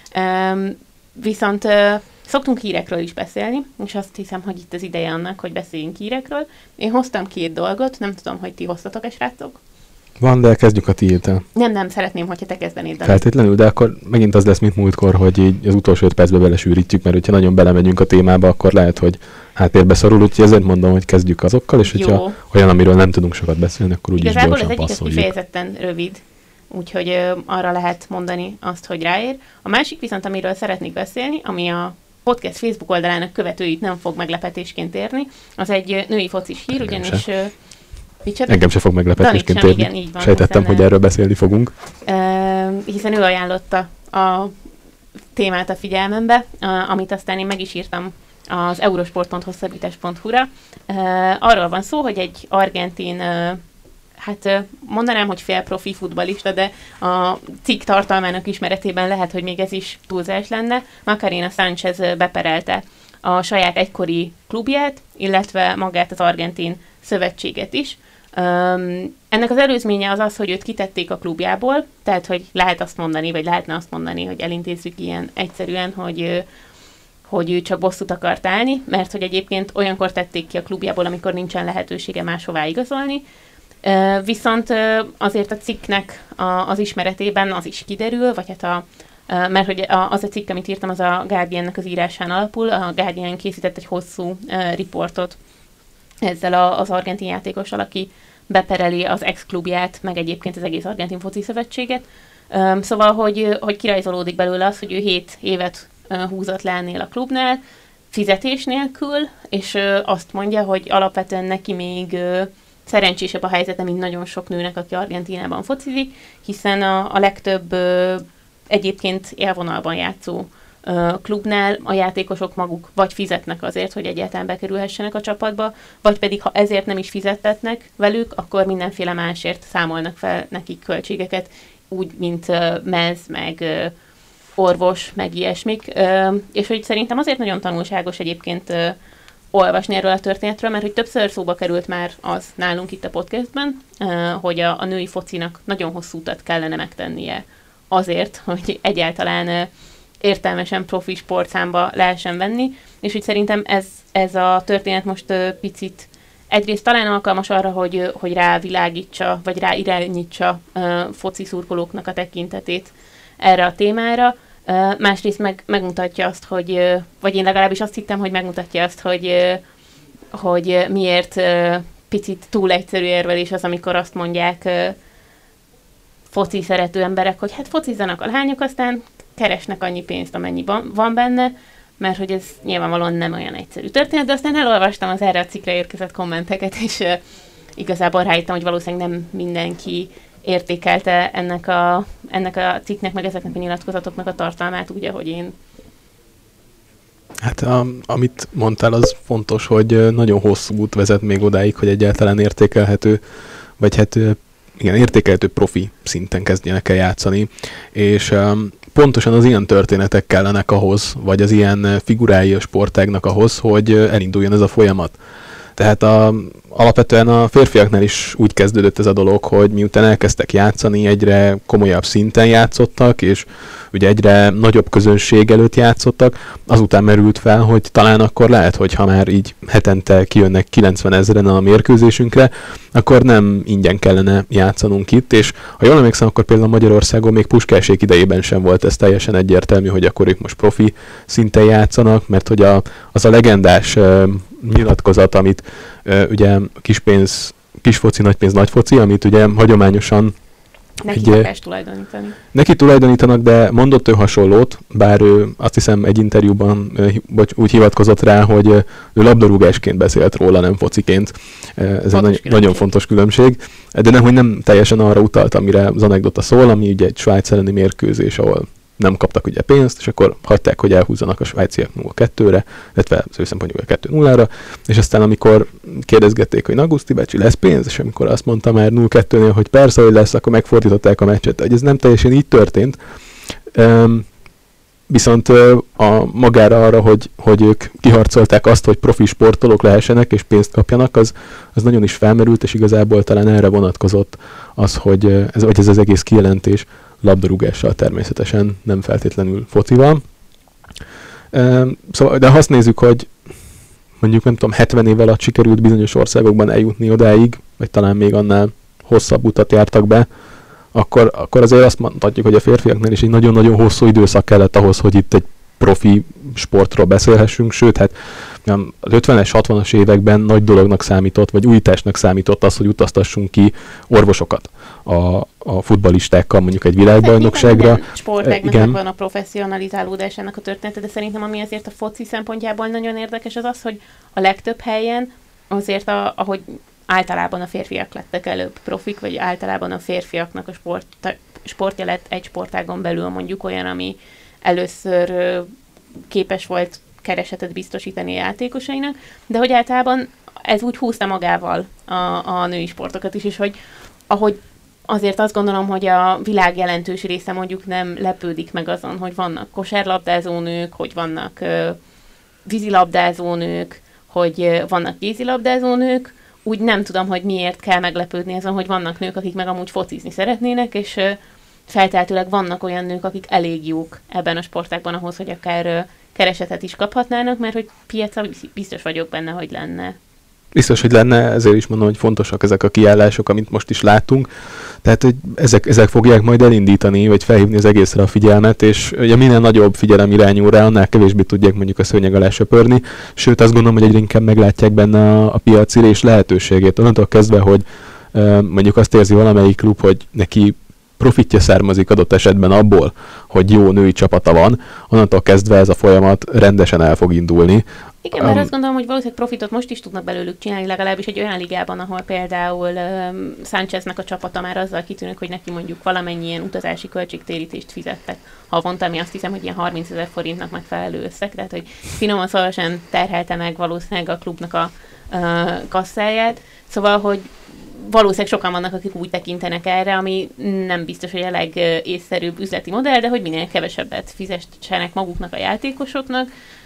Um, viszont uh, szoktunk hírekről is beszélni, és azt hiszem, hogy itt az ideje annak, hogy beszéljünk hírekről. Én hoztam két dolgot, nem tudom, hogy ti hoztatok-e, srácok? Van, de kezdjük a tiéddel. Nem, nem, szeretném, hogyha te kezdenéd. Dani. Feltétlenül, de akkor megint az lesz, mint múltkor, hogy így az utolsó öt percbe belesűrítjük, mert hogyha nagyon belemegyünk a témába, akkor lehet, hogy háttérbe szorul, úgyhogy ezért mondom, hogy kezdjük azokkal, és hogyha Jó. olyan, amiről nem tudunk sokat beszélni, akkor úgyis gyorsan passzoljuk. Igazából az egyik kifejezetten rövid, úgyhogy ö, arra lehet mondani azt, hogy ráér. A másik viszont, amiről szeretnék beszélni, ami a podcast Facebook oldalának követőit nem fog meglepetésként érni, az egy női focis hír, Engem ugyanis... Se. Engem se fog meglepetésként érni. Igen, így van, Sejtettem, hogy erről beszélni fogunk. Uh, hiszen ő ajánlotta a témát a figyelmembe, uh, amit aztán én meg is írtam az eurosport pont hosszabbítás pont hu-ra. Uh, arról van szó, hogy egy argentin, uh, hát uh, mondanám, hogy félprofi futballista, de a cikk tartalmának ismeretében lehet, hogy még ez is túlzás lenne. Macarena Sánchez beperelte a saját egykori klubját, illetve magát az argentin szövetséget is. Um, ennek az előzménye az az, hogy őt kitették a klubjából, tehát, hogy lehet azt mondani, vagy lehetne azt mondani, hogy elintézzük ilyen egyszerűen, hogy, hogy ő csak bosszút akart állni, mert hogy egyébként olyankor tették ki a klubjából, amikor nincsen lehetősége máshová igazolni. Uh, viszont uh, azért a cikknek a, az ismeretében az is kiderül, vagy hát a Uh, mert hogy a, az a cikk, amit írtam, az a Guardiannek az írásán alapul. A Guardian készített egy hosszú uh, riportot ezzel a, az argentin játékossal, aki bepereli az ex-klubját, meg egyébként az egész argentin foci szövetséget. Um, szóval, hogy, hogy kirajzolódik belőle az, hogy ő hét évet uh, húzott le ennél a klubnál, fizetés nélkül, és uh, azt mondja, hogy alapvetően neki még uh, szerencsésebb a helyzete, mint nagyon sok nőnek, aki Argentínában focizik, hiszen a, a legtöbb uh, egyébként élvonalban játszó uh, klubnál a játékosok maguk vagy fizetnek azért, hogy egyáltalán bekerülhessenek a csapatba, vagy pedig ha ezért nem is fizettetnek velük, akkor mindenféle másért számolnak fel nekik költségeket, úgy, mint uh, mez, meg uh, orvos, meg ilyesmik. Uh, és hogy szerintem azért nagyon tanulságos egyébként uh, olvasni erről a történetről, mert hogy többször szóba került már az nálunk itt a podcastben, uh, hogy a, a női focinak nagyon hosszú utat kellene megtennie azért, hogy egyáltalán értelmesen profi sportszámba lehessen venni, és úgy szerintem ez, ez a történet most picit egyrészt talán alkalmas arra, hogy, hogy rávilágítsa, vagy ráirányítsa foci szurkolóknak a tekintetét erre a témára, másrészt meg, megmutatja azt, hogy, vagy én legalábbis azt hittem, hogy megmutatja azt, hogy, hogy miért picit túl egyszerű érvelés az, amikor azt mondják foci szerető emberek, hogy hát focizzanak a lányok, aztán keresnek annyi pénzt, amennyi van benne, mert hogy ez nyilvánvalóan nem olyan egyszerű történet, de aztán elolvastam az erre a cikkre érkezett kommenteket, és uh, igazából rájöttem, hogy valószínűleg nem mindenki értékelte ennek a, ennek a cikknek, meg ezeknek a nyilatkozatoknak a tartalmát úgy, ahogy én. Hát a, amit mondtál, az fontos, hogy nagyon hosszú út vezet még odáig, hogy egyáltalán értékelhető, vagy hát igen, értékelhető profi szinten kezdjenek el játszani, és um, pontosan az ilyen történetek kellenek ahhoz, vagy az ilyen figurái a sportágnak ahhoz, hogy elinduljon ez a folyamat. Tehát a, alapvetően a férfiaknál is úgy kezdődött ez a dolog, hogy miután elkezdtek játszani, egyre komolyabb szinten játszottak, és ugye egyre nagyobb közönség előtt játszottak, azután merült fel, hogy talán akkor lehet, hogy ha már így hetente kijönnek kilencven ezeren a mérkőzésünkre, akkor nem ingyen kellene játszanunk itt, és ha jól emlékszem, akkor például Magyarországon még Puskásék idejében sem volt ez teljesen egyértelmű, hogy akkor ők most profi szinten játszanak, mert hogy a, az a legendás uh, nyilatkozat, amit uh, ugye kispénz, kisfoci, nagypénz, nagyfoci, amit ugye hagyományosan Neki szokás tulajdonítani. Neki tulajdonítanak, de mondott ő hasonlót, bár ő azt hiszem egy interjúban vagy úgy hivatkozott rá, hogy ő labdarúgásként beszélt róla, nem fociként. Ez egy nagy, nagyon fontos különbség. De nem, hogy nem teljesen arra utalt, amire az anekdota szól, ami ugye egy Svájc elleni mérkőzés, ahol nem kaptak ugye pénzt, és akkor hagyták, hogy elhúzzanak a svájciak nulla kettőre, illetve az ő szempontjukból kettő nullára, és aztán amikor kérdezgették, hogy Naguszti bácsi, lesz pénz, és amikor azt mondta már nulla kettőnél, hogy persze, hogy lesz, akkor megfordították a meccset, hogy ez nem teljesen így történt. Um, viszont uh, a magára arra, hogy, hogy ők kiharcolták azt, hogy profi sportolók lehessenek és pénzt kapjanak, az, az nagyon is felmerült, és igazából talán erre vonatkozott az, hogy ez, hogy ez az egész kijelentés labdarúgással természetesen, nem feltétlenül focival. Szóval, de ha azt nézzük, hogy mondjuk nem tudom, hetven év alatt sikerült bizonyos országokban eljutni odáig, vagy talán még annál hosszabb utat jártak be, akkor, akkor azért azt mondhatjuk, hogy a férfiaknál is egy nagyon-nagyon hosszú időszak kellett ahhoz, hogy itt egy profi sportról beszélhessünk, sőt, hát az ötvenes, hatvanas években nagy dolognak számított, vagy újításnak számított az, hogy utaztassunk ki orvosokat a, a futballistákkal mondjuk egy világbajnokságra. Sportágnak van a professzionalizálódásának a története, de szerintem ami azért a foci szempontjából nagyon érdekes az az, hogy a legtöbb helyen azért, a, ahogy általában a férfiak lettek előbb profik, vagy általában a férfiaknak a sport, sportja lett egy sportágon belül mondjuk olyan, ami először képes volt keresetet biztosítani a játékosainak, de hogy általában ez úgy húzta magával a, a női sportokat is, és hogy ahogy azért azt gondolom, hogy a világ jelentős része mondjuk nem lepődik meg azon, hogy vannak kosárlabdázó nők, hogy vannak uh, vízilabdázó nők, hogy uh, vannak kézilabdázó nők, úgy nem tudom, hogy miért kell meglepődni azon, hogy vannak nők, akik meg amúgy focizni szeretnének, és uh, feltehetőleg vannak olyan nők, akik elég jók ebben a sportágban ahhoz, hogy akár uh, keresetet is kaphatnának, mert hogy piaca biztos vagyok benne, hogy lenne. Biztos, hogy lenne, ezért is mondom, hogy fontosak ezek a kiállások, amit most is látunk. Tehát, hogy ezek, ezek fogják majd elindítani, vagy felhívni az egészre a figyelmet, és ugye minél nagyobb figyelem irányul rá, annál kevésbé tudják mondjuk a szőnyeg alá söpörni. Sőt, azt gondolom, hogy egyre inkább meglátják benne a, a piacirés lehetőségét. Onnantól kezdve, hogy uh, mondjuk azt érzi valamelyik klub, hogy neki profitja származik adott esetben abból, hogy jó női csapata van, onnantól kezdve ez a folyamat rendesen el fog indulni. Igen, mert um, azt gondolom, hogy valószínűleg profitot most is tudnak belőlük csinálni, legalábbis egy olyan ligában, ahol például um, Sáncheznek a csapata már azzal kitűnik, hogy neki mondjuk valamennyi ilyen utazási költségtérítést fizettek havonta, ami azt hiszem, hogy ilyen harmincezer forintnak megfelelő összeg, tehát hogy finoman szóval sem terhelte meg valószínűleg a klubnak a uh, kasszáját. Szóval, hogy valószínűleg sokan vannak, akik úgy tekintenek erre, ami nem biztos, hogy a legészszerűbb üzleti modell, de hogy minél kevesebbet fizessenek maguknak a játékosoknak,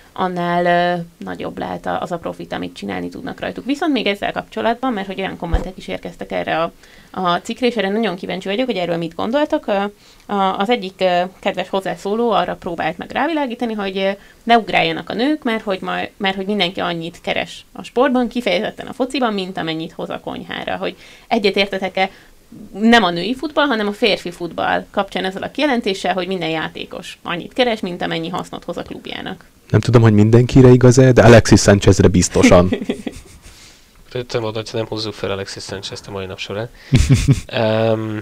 annál uh, nagyobb lehet az a profit, amit csinálni tudnak rajtuk. Viszont még ezzel kapcsolatban, mert hogy olyan kommentek is érkeztek erre a, a cikkre, és erre nagyon kíváncsi vagyok, hogy erről mit gondoltak. A, a, az egyik uh, kedves hozzászóló arra próbált meg rávilágítani, hogy uh, ne ugráljanak a nők, mert hogy, majd, mert hogy mindenki annyit keres a sportban, kifejezetten a fociban, mint amennyit hoz a konyhára. Hogy egyetértetek-e nem a női futball, hanem a férfi futball kapcsán ezzel a kijelentéssel, hogy minden játékos annyit keres, mint amennyi hasznot hoz a klubjának. Nem tudom, hogy mindenkire igaz-e, de Alexis Sánchezre biztosan. Tudom mondani, hogy nem hozzuk fel Alexis Sánchez-t a mai nap során. um,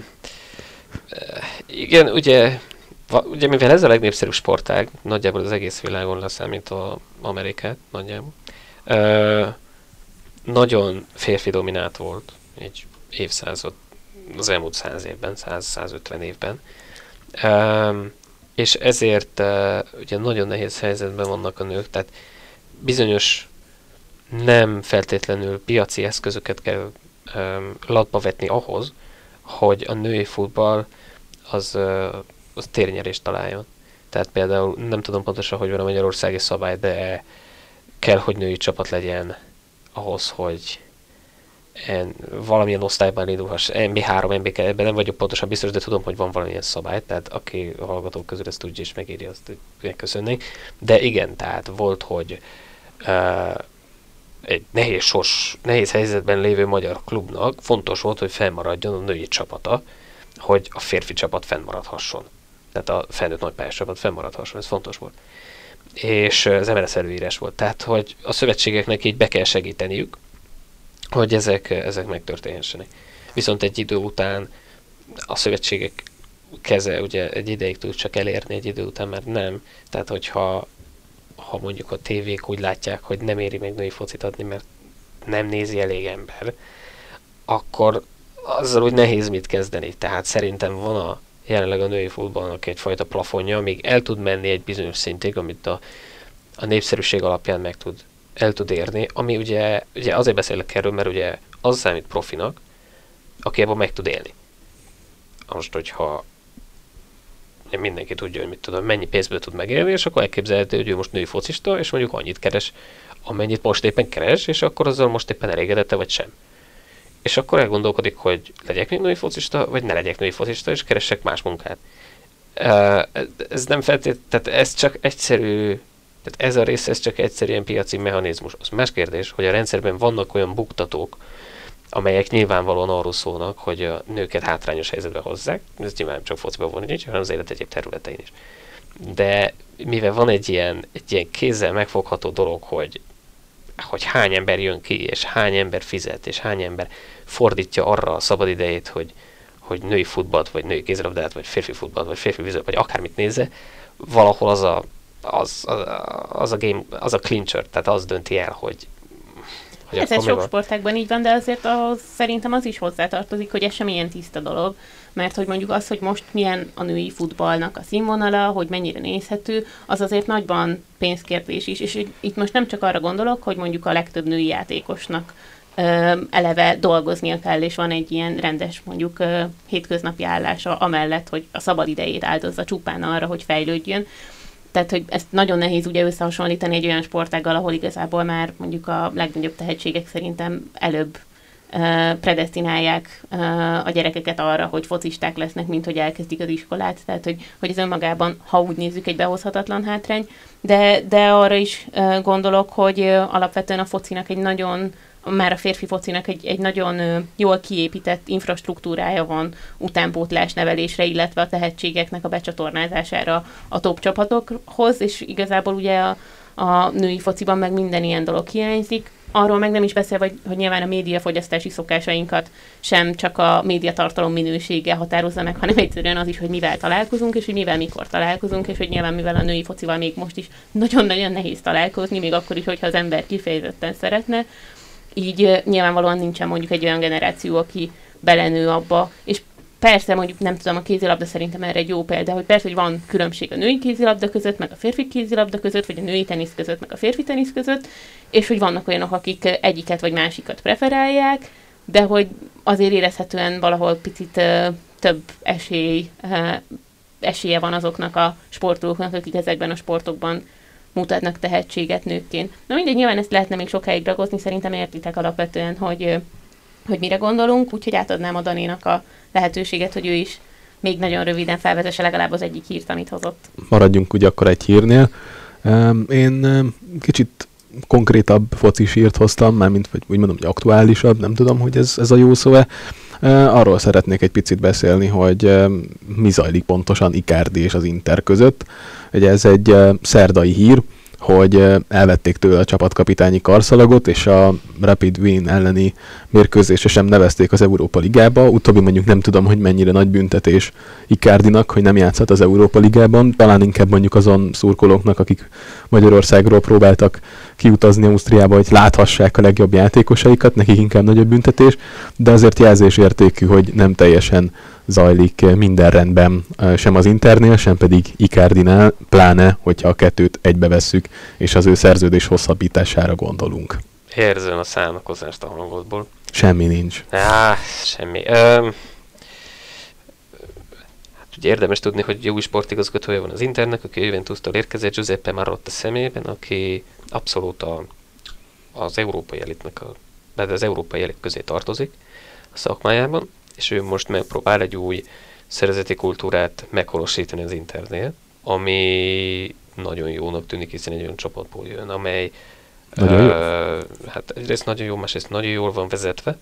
igen, ugye, ugye mivel ez a legnépszerűbb sportág, nagyjából az egész világon leszámítva Amerikát, nagyjából, uh, nagyon férfi dominált volt egy évszázad, az elmúlt száz évben, száz-százötven évben. Um, és ezért uh, ugye nagyon nehéz helyzetben vannak a nők, tehát bizonyos nem feltétlenül piaci eszközöket kell um, latba vetni ahhoz, hogy a női futball az, uh, az térnyerést találjon. Tehát például nem tudom pontosan, hogy van a magyarországi szabály, de kell, hogy női csapat legyen ahhoz, hogy en, valamilyen osztályban indulhass, en bé három, en bé kettő, ebben nem vagyok pontosan biztos, de tudom, hogy van valamilyen szabály, tehát aki a hallgatók közül ezt tudja és megéri, azt megköszönnék. De igen, tehát volt, hogy uh, egy nehéz, sors, nehéz helyzetben lévő magyar klubnak fontos volt, hogy fennmaradjon a női csapata, hogy a férfi csapat fennmaradhasson. Tehát a felnőtt nagypályás csapat fennmaradhasson, ez fontos volt. És az em el es előírás volt. Tehát, hogy a szövetségeknek így be kell segíteniük, hogy ezek, ezek megtörténhessenek. Viszont egy idő után a szövetségek keze ugye egy ideig tud csak elérni, egy idő után már nem. Tehát, hogyha ha mondjuk a tévék úgy látják, hogy nem éri meg női focit adni, mert nem nézi elég ember, akkor azzal úgy nehéz mit kezdeni. Tehát szerintem van a jelenleg a női futballnak egyfajta plafonja, még el tud menni egy bizonyos szintig, amit a, a népszerűség alapján meg tud, el tud érni, ami ugye, ugye azért beszélek erről, mert ugye az számít profinak, aki ebben meg tud élni. Most, hogyha mindenki tudja, hogy mit tudom, mennyi pénzből tud megélni, és akkor elképzelhető, hogy ő most női focista, és mondjuk annyit keres, amennyit most éppen keres, és akkor azzal most éppen elégedette, vagy sem. És akkor elgondolkodik, hogy legyek még női focista, vagy ne legyek női focista, és keressek más munkát. Ez nem feltétlenül, tehát ez csak egyszerű, tehát ez a rész, ez csak egyszerűen piaci mechanizmus. Az más kérdés, hogy a rendszerben vannak olyan buktatók, amelyek nyilvánvalóan arról szólnak, hogy a nőket hátrányos helyzetbe hozzák, ez nyilván nem csak fociban van nincs, hanem az élet egyéb területein is. De mivel van egy ilyen, egy ilyen kézzel megfogható dolog, hogy, hogy hány ember jön ki, és hány ember fizet, és hány ember fordítja arra a szabadidejét, hogy, hogy női futballt, vagy női kézilabdát, vagy férfi futballt, vagy férfi vízilabdát, vagy akármit nézze, valahol az a, az, az, az a game, az a clincher, tehát az dönti el, hogy Ez egy sok sportágban így van, de azért az, szerintem az is hozzátartozik, hogy ez sem ilyen tiszta dolog, mert hogy mondjuk az, hogy most milyen a női futballnak a színvonala, hogy mennyire nézhető, az azért nagyban pénzkérdés is, és itt most nem csak arra gondolok, hogy mondjuk a legtöbb női játékosnak ö, eleve dolgoznia kell, és van egy ilyen rendes mondjuk ö, hétköznapi állása, amellett, hogy a szabad idejét áldozza csupán arra, hogy fejlődjön. Tehát, hogy ezt nagyon nehéz ugye összehasonlítani egy olyan sportággal, ahol igazából már mondjuk a legnagyobb tehetségek szerintem előbb uh, predesztinálják uh, a gyerekeket arra, hogy focisták lesznek, mint hogy elkezdik az iskolát. Tehát, hogy, hogy ez önmagában, ha úgy nézzük, egy behozhatatlan hátrány. De, de arra is uh, gondolok, hogy uh, alapvetően a focinak egy nagyon már a férfi focinak egy, egy nagyon ö, jól kiépített infrastruktúrája van utánpótlás nevelésre, illetve a tehetségeknek a becsatornázására a top csapatokhoz, és igazából ugye a, a női fociban meg minden ilyen dolog hiányzik. Arról meg nem is beszél, hogy, hogy nyilván a médiafogyasztási szokásainkat sem csak a médiatartalom minősége határozza meg, hanem egyszerűen az is, hogy mivel találkozunk, és hogy mivel mikor találkozunk, és hogy nyilván mivel a női focival még most is nagyon-nagyon nehéz találkozni, még akkor is, hogyha az ember kifejezetten szeretne. Így nyilvánvalóan nincsen mondjuk egy olyan generáció, aki belenő abba, és persze mondjuk nem tudom, a kézilabda szerintem erre egy jó példa, hogy persze, hogy van különbség a női kézilabda között, meg a férfi kézilabda között, vagy a női tenisz között, meg a férfi tenisz között, és hogy vannak olyanok, akik egyiket vagy másikat preferálják, de hogy azért érezhetően valahol picit uh, több esély, uh, esélye van azoknak a sportolóknak, akik ezekben a sportokban mutatnak tehetséget nőkként. Na mindegy, nyilván ezt lehetne még sokáig ragozni, szerintem értitek alapvetően, hogy, hogy mire gondolunk, úgyhogy átadnám a Daninak a lehetőséget, hogy ő is még nagyon röviden felvezesse legalább az egyik hírt, amit hozott. Maradjunk ugye akkor egy hírnél. Én kicsit konkrétabb focis hírt hoztam, mármint vagy úgy mondom, hogy aktuálisabb, nem tudom, hogy ez, ez a jó szó-e. Arról szeretnék egy picit beszélni, hogy mi zajlik pontosan Icardi és az Inter között. Ugye ez egy szerdai hír, hogy elvették tőle a csapatkapitányi karszalagot, és a Rapid Wien elleni mérkőzésre sem nevezték az Európa Ligába. Utóbbi mondjuk nem tudom, hogy mennyire nagy büntetés Icardinak, hogy nem játszhat az Európa Ligában. Talán inkább mondjuk azon szurkolóknak, akik Magyarországról próbáltak kiutazni Ausztriába, hogy láthassák a legjobb játékosaikat, nekik inkább nagyobb büntetés, de azért jelzésértékű, hogy nem teljesen zajlik minden rendben sem az Internél, sem pedig Icardinál, pláne, hogyha a kettőt egybevesszük, és az ő szerződés hosszabbítására gondolunk. Érzem a szánakozást a hangodból. Semmi nincs. Á, semmi. Öm, hát ugye érdemes tudni, hogy jó sportigazgatója van az Internek, aki Juventus-tól érkezett, Giuseppe Marotta személyében, aki abszolút a az európai elitnek a, de az európai elit közé tartozik a szakmájában, és ő most megpróbál egy új szervezeti kultúrát meghonosítani az Internél, ami nagyon jónak tűnik, hiszen egy olyan csapatból jön, amely nagyon jó. Uh, hát egyrészt nagyon jó, másrészt nagyon jól van vezetve.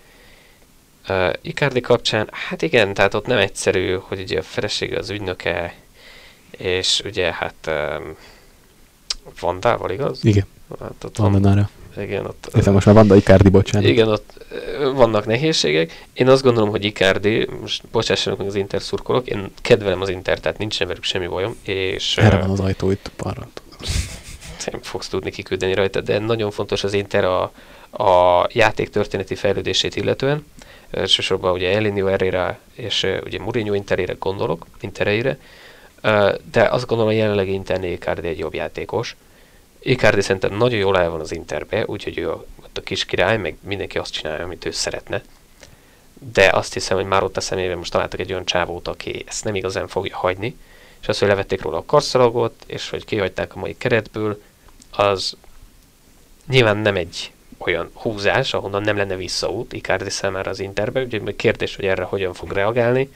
Uh, Icardi kapcsán, hát igen, tehát ott nem egyszerű, hogy ugye a felesége az ügynöke, és ugye hát um, Vandával, igaz? Igen. Hát ott Vandanára. Igen, ott... Értem, most már Vanda Icardi, bocsánat. Igen, ott uh, vannak nehézségek. Én azt gondolom, hogy Icardi, most bocsássanak meg az Inter szurkolók, én kedvelem az Inter, tehát nincsen velük semmi bajom, és... Erre uh, van az ajtó itt balra. nem fogsz tudni kiküldeni rajta, de nagyon fontos az Inter a, a játék történeti fejlődését illetően. Elsősorban ugye Elinio Herrera és uh, ugye Mourinho Interére gondolok, Intereire, uh, de azt gondolom, hogy jelenleg Internél Icardi egy jobb játékos. Icardi szerintem nagyon jól el van az Interbe, úgyhogy ő a, a kis király, meg mindenki azt csinálja, amit ő szeretne. De azt hiszem, hogy már ott a személyben most találtak egy olyan csávót, aki ezt nem igazán fogja hagyni, és azt, hogy levették róla a karszalagot, és hogy kihagyták a mai keretből, az nyilván nem egy olyan húzás, ahonnan nem lenne visszaút Icardi számára az Interbe, úgyhogy kérdés, hogy erre hogyan fog reagálni,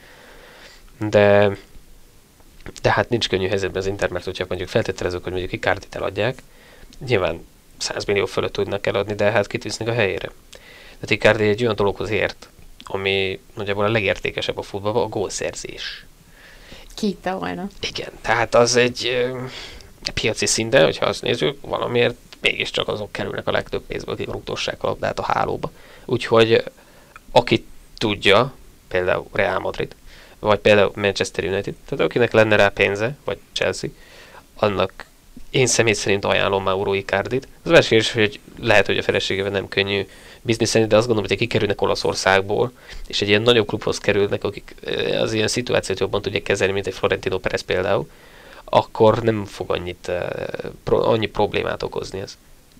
de, de hát nincs könnyű helyzetben az Inter, mert hogyha mondjuk feltételezők, hogy mondjuk Icardit eladják, nyilván száz millió fölött tudnak eladni, de hát kit visznek a helyére. Tehát Icardi egy olyan dologhoz ért, ami nagyjából a legértékesebb a futballban, a gólszerzés. Ki hitte volna? Igen, tehát az egy ö, piaci szinten, hogyha azt nézzük, valamiért mégiscsak azok kerülnek a legtöbb pénzből, akik rúgdossák a labdát a hálóba. Úgyhogy aki tudja, például Real Madrid, vagy például Manchester United, tehát akinek lenne rá pénze, vagy Chelsea, annak én személy szerint ajánlom Mauro Icardit. Az első is, hogy lehet, hogy a feleségével nem könnyű bizniszelni, de azt gondolom, hogy kikerülnek Olaszországból, és egy ilyen nagyobb klubhoz kerülnek, akik az ilyen szituációt jobban tudják kezelni, mint egy Florentino Perez például, akkor nem fog annyit, annyi problémát okozni ez.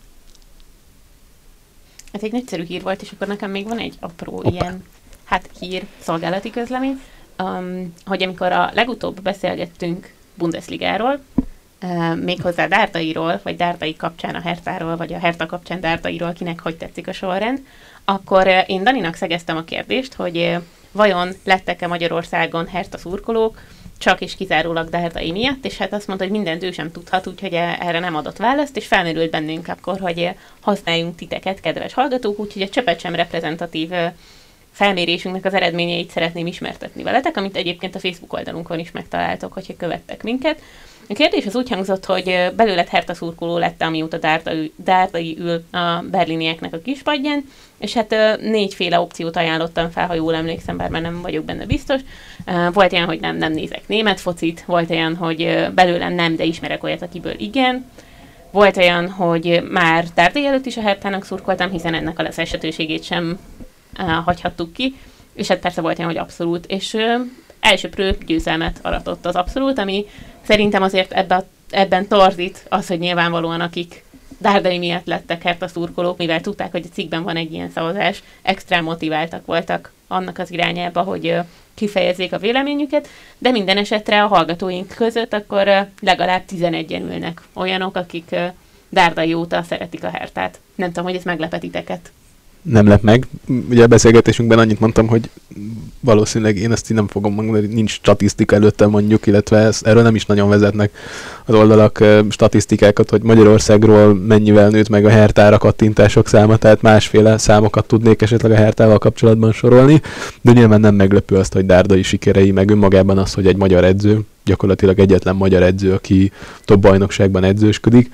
Ez egy nagyszerű hír volt, és akkor nekem még van egy apró Opa. ilyen, hát hír, szolgálati közlemény, um, hogy amikor a legutóbb beszélgettünk Bundesligáról, uh, méghozzá Dárdairól, vagy Dárdai kapcsán a Hertáról, vagy a Herta kapcsán Dárdairól, kinek hogy tetszik a sorrend, akkor uh, én Daninak szegeztem a kérdést, hogy uh, vajon lettek-e Magyarországon Herta szurkolók, csak és kizárólag Dárdai miatt, és hát azt mondta, hogy mindent ő sem tudhat, úgyhogy erre nem adott választ, és felmerült bennünk akkor, hogy használjunk titeket, kedves hallgatók, úgyhogy egy csepet sem reprezentatív felmérésünknek az eredményeit szeretném ismertetni veletek, amit egyébként a Facebook oldalunkon is megtaláltok, hogyha követtek minket. A kérdés az úgy hangzott, hogy belőled Herta szurkoló lett, amióta Dárdai, Dárdai ül a berlinieknek a kispadján, és hát négyféle opciót ajánlottam fel, ha jól emlékszem, bár már nem vagyok benne biztos. Volt olyan, hogy nem, nem nézek német focit, volt olyan, hogy belőlem nem, de ismerek olyat, akiből igen. Volt olyan, hogy már Dárdai előtt is a Hertának szurkoltam, hiszen ennek a esetőségét sem hagyhattuk ki, és hát persze volt olyan, hogy abszolút, és elsőprő győzelmet aratott az abszolút, ami szerintem azért ebbe, ebben torzít az, hogy nyilvánvalóan akik Dárdai miatt lettek Herta szurkolók, mivel tudták, hogy a cikkben van egy ilyen szavazás, extrán motiváltak voltak annak az irányába, hogy kifejezzék a véleményüket, de minden esetre a hallgatóink között akkor legalább tizenegyen ülnek olyanok, akik Dárdai óta szeretik a Hertát. Nem tudom, hogy ez meglepett titeket. Nem lep meg. Ugye a beszélgetésünkben annyit mondtam, hogy valószínűleg én ezt így nem fogom mondani, nincs statisztika előttem mondjuk, illetve ezt, erről nem is nagyon vezetnek az oldalak statisztikákat, hogy Magyarországról mennyivel nőtt meg a Hertára kattintások száma, tehát másféle számokat tudnék esetleg a Hertával kapcsolatban sorolni, de nyilván nem meglepő azt, hogy Dárdai sikerei, meg önmagában az, hogy egy magyar edző, gyakorlatilag egyetlen magyar edző, aki top bajnokságban edzősködik,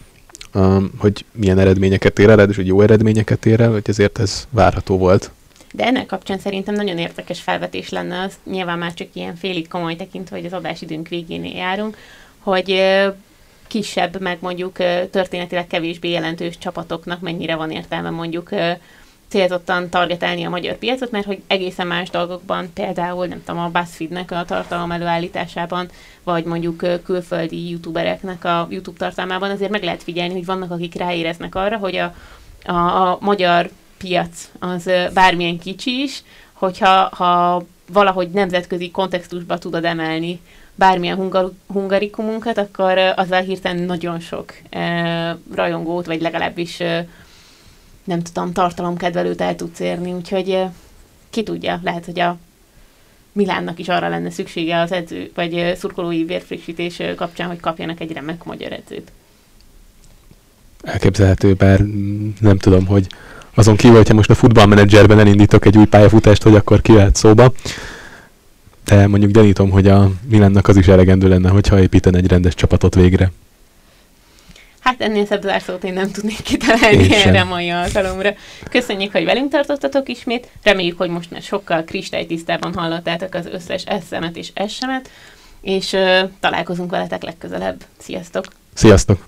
Um, hogy milyen eredményeket ér el, és hogy jó eredményeket ér el, hogy ezért ez várható volt. De ennek kapcsán szerintem nagyon érdekes felvetés lenne az, nyilván már csak ilyen félig komoly tekintve, hogy az adásidőnk végénél járunk, hogy uh, kisebb, meg mondjuk uh, történetileg kevésbé jelentős csapatoknak mennyire van értelme mondjuk uh, célzottan targetálni a magyar piacot, mert hogy egészen más dolgokban, például nem tudom, a BuzzFeednek a tartalom előállításában, vagy mondjuk külföldi youtubereknek a YouTube tartalmában azért meg lehet figyelni, hogy vannak, akik ráéreznek arra, hogy a, a, a magyar piac az bármilyen kicsi is, hogyha ha valahogy nemzetközi kontextusba tudod emelni bármilyen hungar, hungarikumunkat, akkor azzal hirtelen nagyon sok e, rajongót, vagy legalábbis e, nem tudom, tartalomkedvelőt el tudsz érni, úgyhogy uh, ki tudja, lehet, hogy a Milánnak is arra lenne szüksége az edző, vagy uh, szurkolói vérfrissítés uh, kapcsán, hogy kapjanak egy remek magyar edzőt. Elképzelhető, bár nem tudom, hogy azon kívül, hogyha most a futballmenedzserben elindítok egy új pályafutást, hogy akkor ki lehet szóba. De mondjuk gyanítom, hogy a Milánnak az is elegendő lenne, hogyha építen egy rendes csapatot végre. Hát ennél szebb zárszót én nem tudnék kitalálni erre a mai alkalomra. Köszönjük, hogy velünk tartottatok ismét. Reméljük, hogy most már sokkal kristálytisztában hallottátok az összes eszemet és essemet, és uh, találkozunk veletek legközelebb. Sziasztok! Sziasztok!